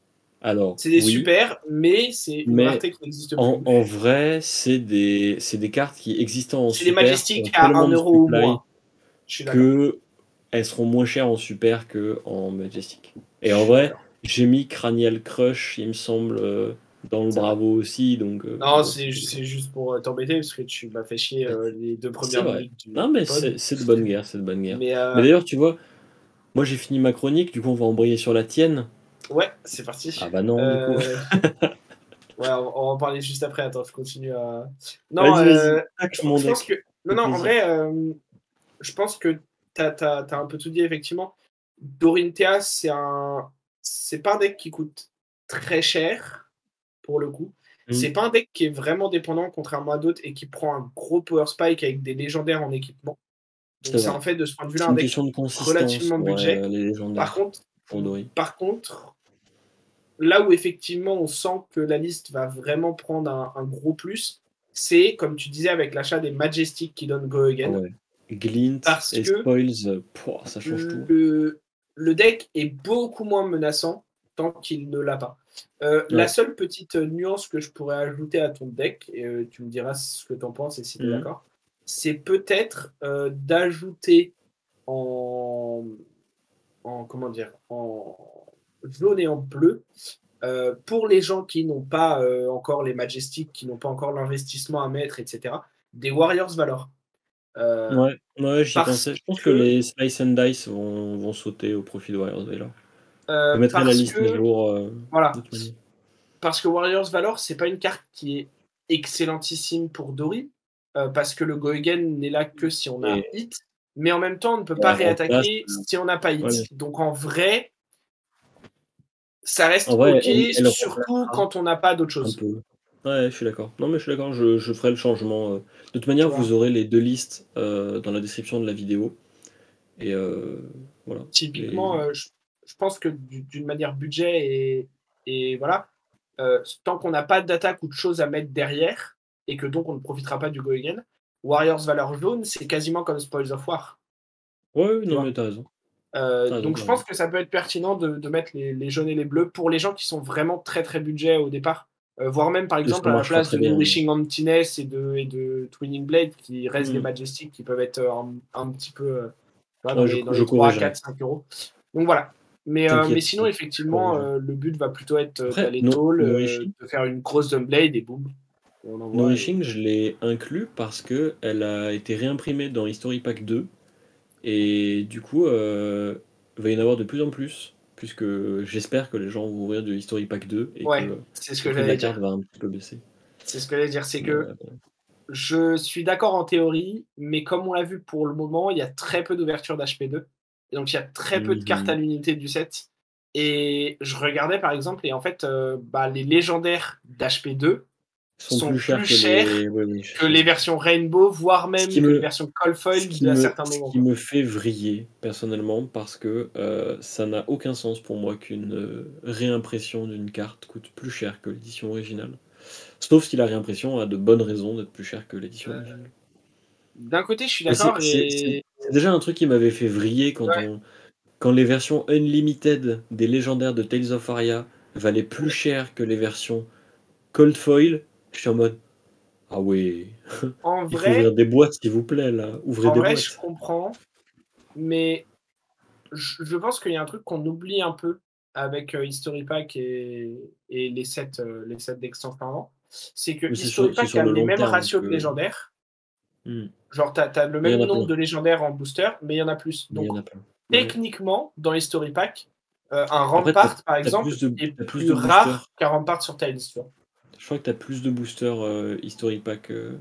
Alors C'est des oui, super, mais c'est une mais rareté qui n'existe en plus. en vrai, c'est des c'est des cartes qui existant en C'est des super Majestic ont à un tellement de euro ou supply moins. Je suis d'accord. qu'elles seront moins chères en super qu'en majestic. Je Et en suis vrai, d'accord. j'ai mis Cranial Crush, il me semble, heu, dans le C'est vrai. Bravo aussi, donc heu, Non, bon, c'est c'est c'est juste pour, heu, t'embêter parce que tu m'as fait chier, heu, les deux c'est premières vrai. minutes du Non, mais pod. c'est c'est de bonne guerre, c'est de bonne guerre. Mais Mais heu, d'ailleurs, tu vois, moi j'ai fini ma chronique, du coup on va embrayer sur la tienne. ouais, c'est parti. Ah bah non, du coup. Heu, ouais, on on va en parler juste après. Attends, je continue à non, Vas-y, vas-y, heu, tac je mon je pense deck, que non, fais non, en plaisir. vrai, hem, je pense que tu as tu as tu as un peu tout dit effectivement. Dorinthea, c'est un c'est pas un deck qui coûte très cher, pour le coup. Mmh, C'est pas un deck qui est vraiment dépendant, contrairement à d'autres, et qui prend un gros power spike avec des légendaires en équipement. c'est Donc ça en vrai. fait, de ce point de vue-là, C'est un une deck question de consistance relativement pour, budget. heu, les Par légendaires, contre pour Dory. par contre, là où effectivement on sent que la liste va vraiment prendre un un gros plus, c'est comme tu disais avec l'achat des Majestic qui donnent Go Ah Again. ouais. Glint Parce et que spoils, heu, pouah, ça change tout. le le deck est beaucoup moins menaçant tant qu'il ne l'a pas. Heu, la Ouais. seule petite nuance que je pourrais ajouter à ton deck, et heu, tu me diras ce que tu en penses et si tu es Mmh. d'accord, c'est peut-être, heu, d'ajouter en en comment dire? En jaune et en bleu, heu, pour les gens qui n'ont pas, heu, encore les Majestic, qui n'ont pas encore l'investissement à mettre et cetera, des Warriors Valor. Heu, Ouais, ouais, j'y parce pensais. Je pense que que, les Slice and Dice vont vont sauter au profit de Warriors Valor. Je heu, mettrai la parce liste à que jour, heu, de voilà, toute manière. parce que Warriors Valor, c'est pas une carte qui est excellentissime pour Dory, heu, parce que le Go Again n'est là que si on a Et hit, mais en même temps, on ne peut et pas elle remplace, réattaquer heu, si on n'a pas ouais, hit. Donc en vrai, ça en reste vrai, OK, elle elle surtout remplacera quand on n'a pas d'autre un chose, peu. Ouais, je suis d'accord. Non, mais je suis d'accord, je je ferai le changement, heu. De toute tu manière, vois? vous aurez les deux listes, heu, dans la description de la vidéo et heu, voilà. Typiquement, Les heu, je je pense que d'u d'une manière budget et et voilà, heu, tant qu'on n'a pas d'attaque ou de choses à mettre derrière et que donc on ne profitera pas du Go Again, Warriors Valor jaune, c'est quasiment comme Spoils of War, ouais, ouais, tu non, vois? mais tu as raison. Heu, Tu as raison, donc tu je as pense raison. que ça peut être pertinent de de mettre les les jaunes et les bleus pour les gens qui sont vraiment très, très budget au départ, heu, voire même par Et ça exemple à la marchera place très de bien, hein. Nourishing Emptiness et de et de Twinning Blade qui restent des Mmh. Majestic qui peuvent être, heu, un un petit peu, heu, tu vois, dans Ouais, je les dans co je les trois corrigerai. quatre cinq euros. Donc voilà. Mais heu, mais T'inquiète, sinon t'inquiète, je effectivement, corrigerai. heu, le but va plutôt être, heu, Après, d'aller No tall, heu, Nourishing de faire une grosse Dumbblade et boum, on envoie et Nourishing, je l'ai inclus parce qu'elle a été réimprimée dans History Pack deux et du coup, heu, il va y en avoir de plus en plus, puisque j'espère que les gens vont ouvrir du History Pack deux et que ouais, le c'est ce que prix de la j'allais carte dire. va un petit peu baisser. C'est ce que j'allais dire, c'est Mais, que heu, je suis d'accord en théorie, mais comme on l'a vu pour le moment, il y a très peu d'ouverture d'H P deux. Et donc il y a très peu de mmh cartes à mh. l'unité du set. Et je regardais par exemple, et en fait, euh, bah, les légendaires d'H P deux Sont sont plus chers plus que chers les oui, oui, je que sais, les je sais. versions Rainbow, voire Ce qui même que les me versions Cold ce Foil qui à me certains ce moments, qui quoi. me fait vriller personnellement parce que, heu, ça n'a aucun sens pour moi qu'une, heu, réimpression d'une carte coûte plus cher que l'édition originale. Sauf si la réimpression a de bonnes raisons d'être plus chère que l'édition Euh, originale. D'un côté, je suis Mais c'est d'accord, c'est c'est et c'est déjà un truc qui m'avait fait vriller quand ouais, on quand les versions unlimited des légendaires de Tales of Aria valaient plus ouais. cher que les versions cold foil. J'étais en mode: «Ah ouais, En il faut ouvrir vrai, des boîtes s'il vous plaît là, ouvrez en des vrai, je boîtes». comprends, mais je je pense qu'il y a un truc qu'on oublie un peu avec, heu, History Pack et et les sets, heu, les sets d'extension avant, c'est que Mais c'est History sur c'est Pack sur a le les long mêmes terme ratios de que légendaires. mmh, Genre tu as tu as le mais il y même en a nombre plein, de légendaires en booster, mais il y en a plus. mais il y Donc en a plein. Ouais. techniquement, dans History Pack, heu, un Après tu as Rampart, par tu as exemple, plus de est tu as plus plus de boosters. rare qu'un Rampart sur Tiles, tu vois? Je crois que tu as plus de boosters, heu, History Pack, heu,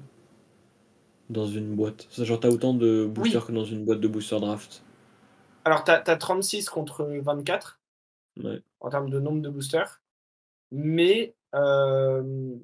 dans une boîte. C'est genre tu as autant de boosters Oui, que dans une boîte de booster draft. alors tu as tu as trente-six contre vingt-quatre Ouais. en termes de nombre de boosters, mais hem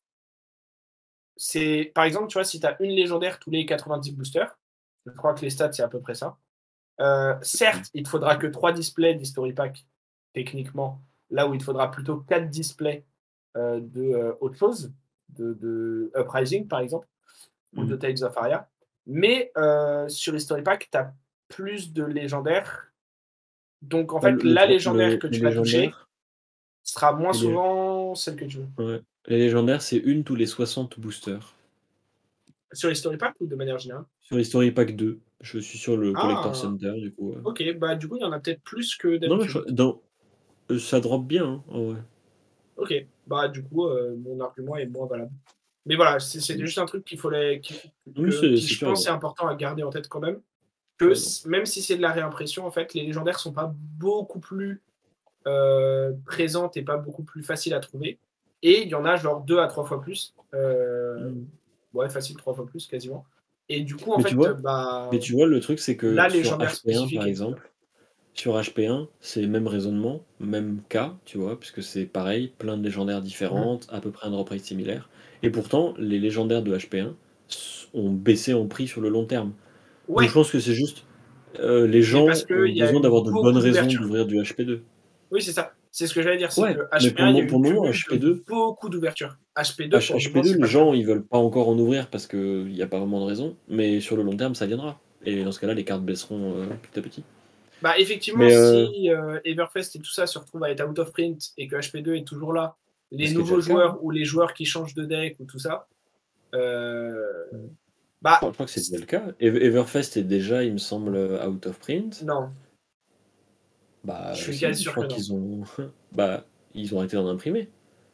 c'est par exemple, tu vois, si tu as une légendaire tous les quatre-vingt-dix boosters, je crois que les stats, c'est à peu près ça. Heu, certes, il te faudra que trois displays d'History Pack, techniquement, là où il te faudra plutôt quatre displays, heu, de, heu, autre chose, de de Uprising, par exemple, ou de Mmh. Tales of Aria. Mais, heu, sur History Pack, tu as plus de légendaires. Donc en Bah, fait, le le la tro légendaire le que les tu vas toucher, légendaires Ce sera moins Et les souvent celle que tu veux. ouais, les légendaires, c'est une tous les soixante boosters. Sur les story packs ou de manière générale? Sur les story pack deux, je suis sur le collector Ah! center du coup, heu. OK, bah, du coup, il y en a peut-être plus que Non, mais je d'habitude. dans heu, ça drop bien, hein, en vrai. OK, bah, du coup, heu, mon argument est moins valable. Mais voilà, c'est c'était Mmh. juste un truc qu'il fallait qu'il faut Oui, que c'est qui c'est je sûr et pense est grand. important à garder en tête quand même, que Ouais, non. s même si c'est de la réimpression, en fait, les légendaires sont pas beaucoup plus, heu, présentes et pas beaucoup plus faciles à trouver et il y en a genre deux à trois fois plus, heu, Mmh. ouais facile trois fois plus quasiment et du coup, en Mais tu fait, vois mais bah, tu vois, le truc, c'est que la sur légendaire H P un, par spécifique est bien. exemple, sur H P un, c'est le même raisonnement, même cas, tu vois? Puisque c'est pareil, plein de légendaires Mmh. différentes, à peu près un drop rate similaire et pourtant, les légendaires de H P un s ont baissé en prix sur le long terme. Donc je Ouais! pense que c'est juste, heu, les Mais parce gens ont qu'il y a besoin eu d'avoir de bonnes beaucoup raisons d'ouvertures. d'ouvrir du H P deux. Oui, c'est ça. C'est ce que j'allais dire, c'est que Ouais, mais H P pour un, le il y a mo eu pour le le moment, cumul de H P deux beaucoup d'ouvertures. H P deux, H pour le moment, HP2, c'est les pas le cas. gens, ils veulent pas encore en ouvrir parce qu'il y a pas vraiment de raison, mais sur le long terme, ça viendra et dans ce cas-là, les cartes baisseront, heu, petit à petit. Bah, effectivement, Mais heu si, heu, Everfest et tout ça se retrouvent à être out of print et que H P deux est toujours là, les ce qui est déjà nouveaux le cas, hein. joueurs ou les joueurs qui changent de deck ou tout ça, heu, Mmh. Je bah, crois je crois que c'est c déjà le cas. Ev Everfest est déjà, il me semble, heu, out of print. non, je Bah, heu, suis quasi si, je sûr crois que non. qu'ils ont bah, ils ont arrêté d'en imprimer.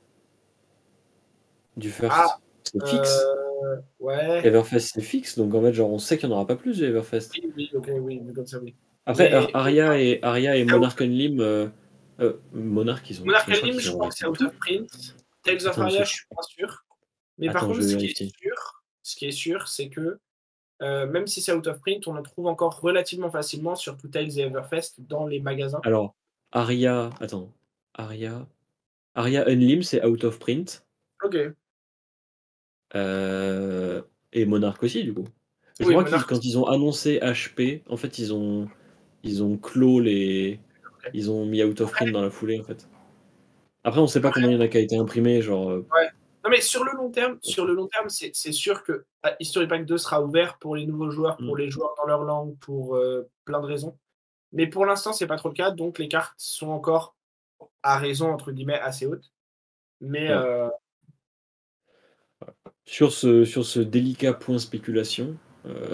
Du Ah! First, c'est fixe. Heu, ouais. Everfest, c'est fixe, donc en fait, genre, on sait qu'il y en aura pas plus de Everfest. Oui, oui, OK, oui, vu comme ça, oui. Après, Ar Mais mais Aria enfin, et Aria et c'est out Monarch Unlim, heu heu, Monarch, ils ont Monarch mais je crois Unlim, qu'ils je ont crois que arrêté c'est out tout. of print. Tales of Attends, parce que Aria, je je suis pas sûr. Mais par attends, contre, je vais ce qui est vérifier. sûr ce qui est sûr, c'est que, heu, même si c'est out of print, on en trouve encore relativement facilement, surtout Tales et Everfest, dans les magasins. Alors, Aria, attends, Aria Aria Unlim, c'est out of print. OK. Heu et Monarch aussi, du coup. Je Oui, crois qu'ils Monarch aussi. quand ils ont annoncé H P, en fait, ils ont ils ont clos les OK. ils ont mis out of Après print dans la foulée, en fait. Après, on sait pas après combien il y en a qui a été imprimé, genre, heu, ouais. Non, mais sur le long terme on sur sait le long terme, c'est c'est sûr que, bah, History Pack deux sera ouvert pour les nouveaux joueurs, pour mmh, les joueurs dans leur langue, pour, heu, plein de raisons. Mais pour l'instant, c'est pas trop le cas, donc les cartes sont encore à raison entre guillemets «assez hautes». Mais, ouais. heu Sur ce sur ce délicat point spéculation, heu,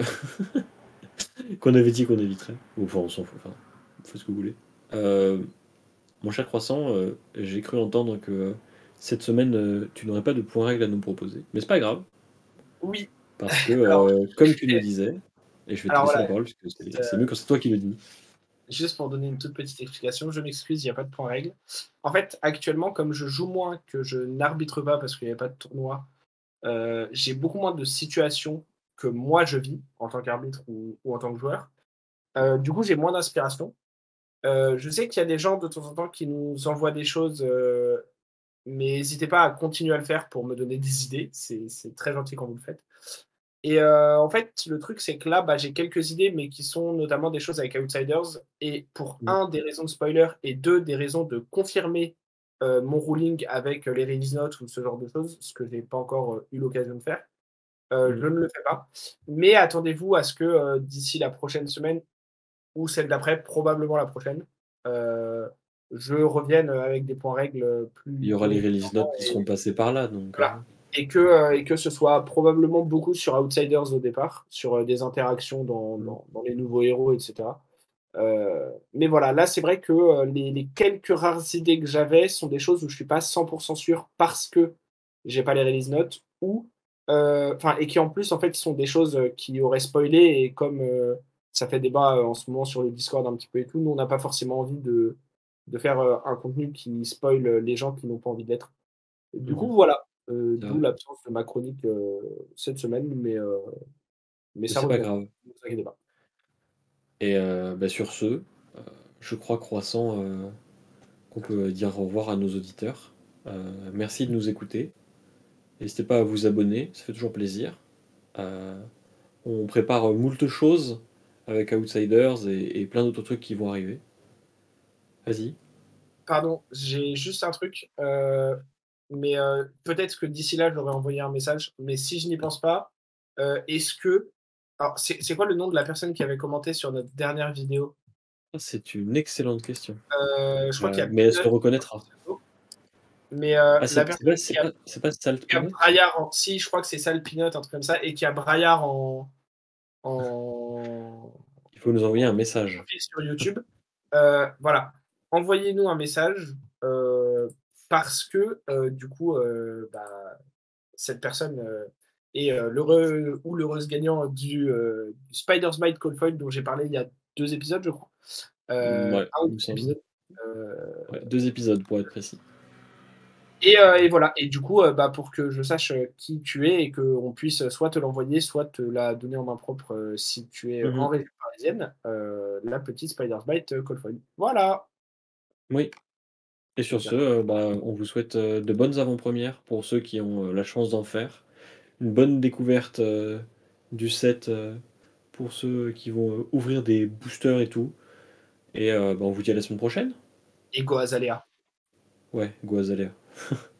qu'on avait dit qu'on éviterait, ou enfin, on s'en fout, enfin, faites ce que vous voulez. Hem, mon cher Croissant, heu, j'ai cru entendre que, heu, cette semaine, heu, tu n'aurais pas de point règle à nous proposer, mais c'est pas grave. oui, Parce que, alors heu, comme tu nous disais et je vais te alors laisser la voilà, parole puisque c'est c'est heu mieux quand c'est toi qui le dis. juste pour donner une toute petite explication, je m'excuse, il y a pas de point règle. En fait, actuellement, comme je joue moins, que je n'arbitre pas parce qu'il y a pas de tournoi, heu, j'ai beaucoup moins de situations que moi je vis en tant qu'arbitre ou ou en tant que joueur. Heu, du coup, j'ai moins d'inspiration. Heu, je sais qu'il y a des gens de temps en temps qui nous envoient des choses, heu, mais hésitez pas à continuer à le faire pour me donner des idées, c'est c'est très gentil quand vous le faites. Et heu, en fait, le truc, c'est que là, bah, j'ai quelques idées, mais qui sont notamment des choses avec Outsiders et pour Mmh. un des raisons de spoiler et deux des raisons de confirmer, heu, mon ruling avec, heu, les release notes ou ce genre de choses, ce que j'ai pas encore, heu, eu l'occasion de faire, heu, Mmh. je ne le fais pas. Mais attendez-vous à ce que, heu, d'ici la prochaine semaine ou celle d'après, probablement la prochaine, heu, je revienne, heu, avec des points règles, heu, Il y plus aura les release convaincants notes qui seront et passées par là donc, heu, voilà et que, heu et que ce soit probablement beaucoup sur Outsiders au départ, sur, heu, des interactions dans mmh, dans dans les nouveaux héros et cetera. Heu, mais voilà, là, c'est vrai que, heu, les les quelques rares idées que j'avais sont des choses où je suis pas cent pour cent sûr parce que j'ai pas les release notes ou, heu, enfin et qui en plus, en fait, sont des choses, heu, qui auraient spoilé et comme, heu, ça fait débat, heu, en ce moment sur le Discord un petit peu et tout, nous, on n'a pas forcément envie de de faire, heu, un contenu qui spoil, heu, les gens qui n'ont pas envie de l'être. Du mmh coup, voilà, heu, c'est d'où vrai. l'absence de ma chronique, heu, cette semaine, mais, heu, mais Mais ça c'est pas reviendra, grave ne vous inquiétez pas. et heu, bah, sur ce, heu, je crois Croissant, heu, qu'on peut dire au revoir à nos auditeurs. Heu, merci de nous écouter. N'hésitez pas à vous abonner, ça fait toujours plaisir. Heu, on prépare, heu, moult choses avec Outsiders et et plein d'autres trucs qui vont arriver. Vas-y. Pardon, j'ai juste un truc, heu, mais, heu, peut-être que d'ici là, j'aurais envoyé un message, mais si je n'y pense pas, heu, est-ce que alors c'est c'est quoi le nom de la personne qui avait commenté sur notre dernière vidéo? Ah, c'est une excellente question. Heu, je crois qu'il y Heu, a mais elle se Peanut, reconnaîtra. Mais heu, Ah la c'est c'est personne pas c'est qui a pas c'est pas Salt qui a Peanut? Braillard en si je crois que c'est Salt Peanut, un truc comme ça et qui a Braillard en en Il faut nous envoyer en un message. profil sur YouTube, heu, voilà, envoyez-nous un message, heu, parce que, heu, du coup, heu, bah, cette personne, heu, est, heu, l'heureux ou l'heureuse gagnant du, heu, du Spider's Might Cold Foil dont j'ai parlé il y a deux épisodes, je crois. Mmh, Heu, ouais, un ou il me deux semble. épisodes, heu Ouais, deux épisodes pour être précis. et heu et voilà et du coup, heu, bah, pour que je sache, heu, qui tu es et qu'on puisse soit te l'envoyer, soit te la donner en main propre, heu, si tu es Mmh en mh. région parisienne, heu, la petite Spider's Might, heu, Cold Foil. Voilà! Oui et sur ce, Super. heu, bah, on vous souhaite, heu, de bonnes avant-premières pour ceux qui ont, heu, la chance d'en faire. Une bonne découverte, heu, du set, heu, pour ceux qui vont, heu, ouvrir des boosters et tout et heu, bah, on vous dit à la semaine prochaine. Et go Azalea. Ouais, go Azalea.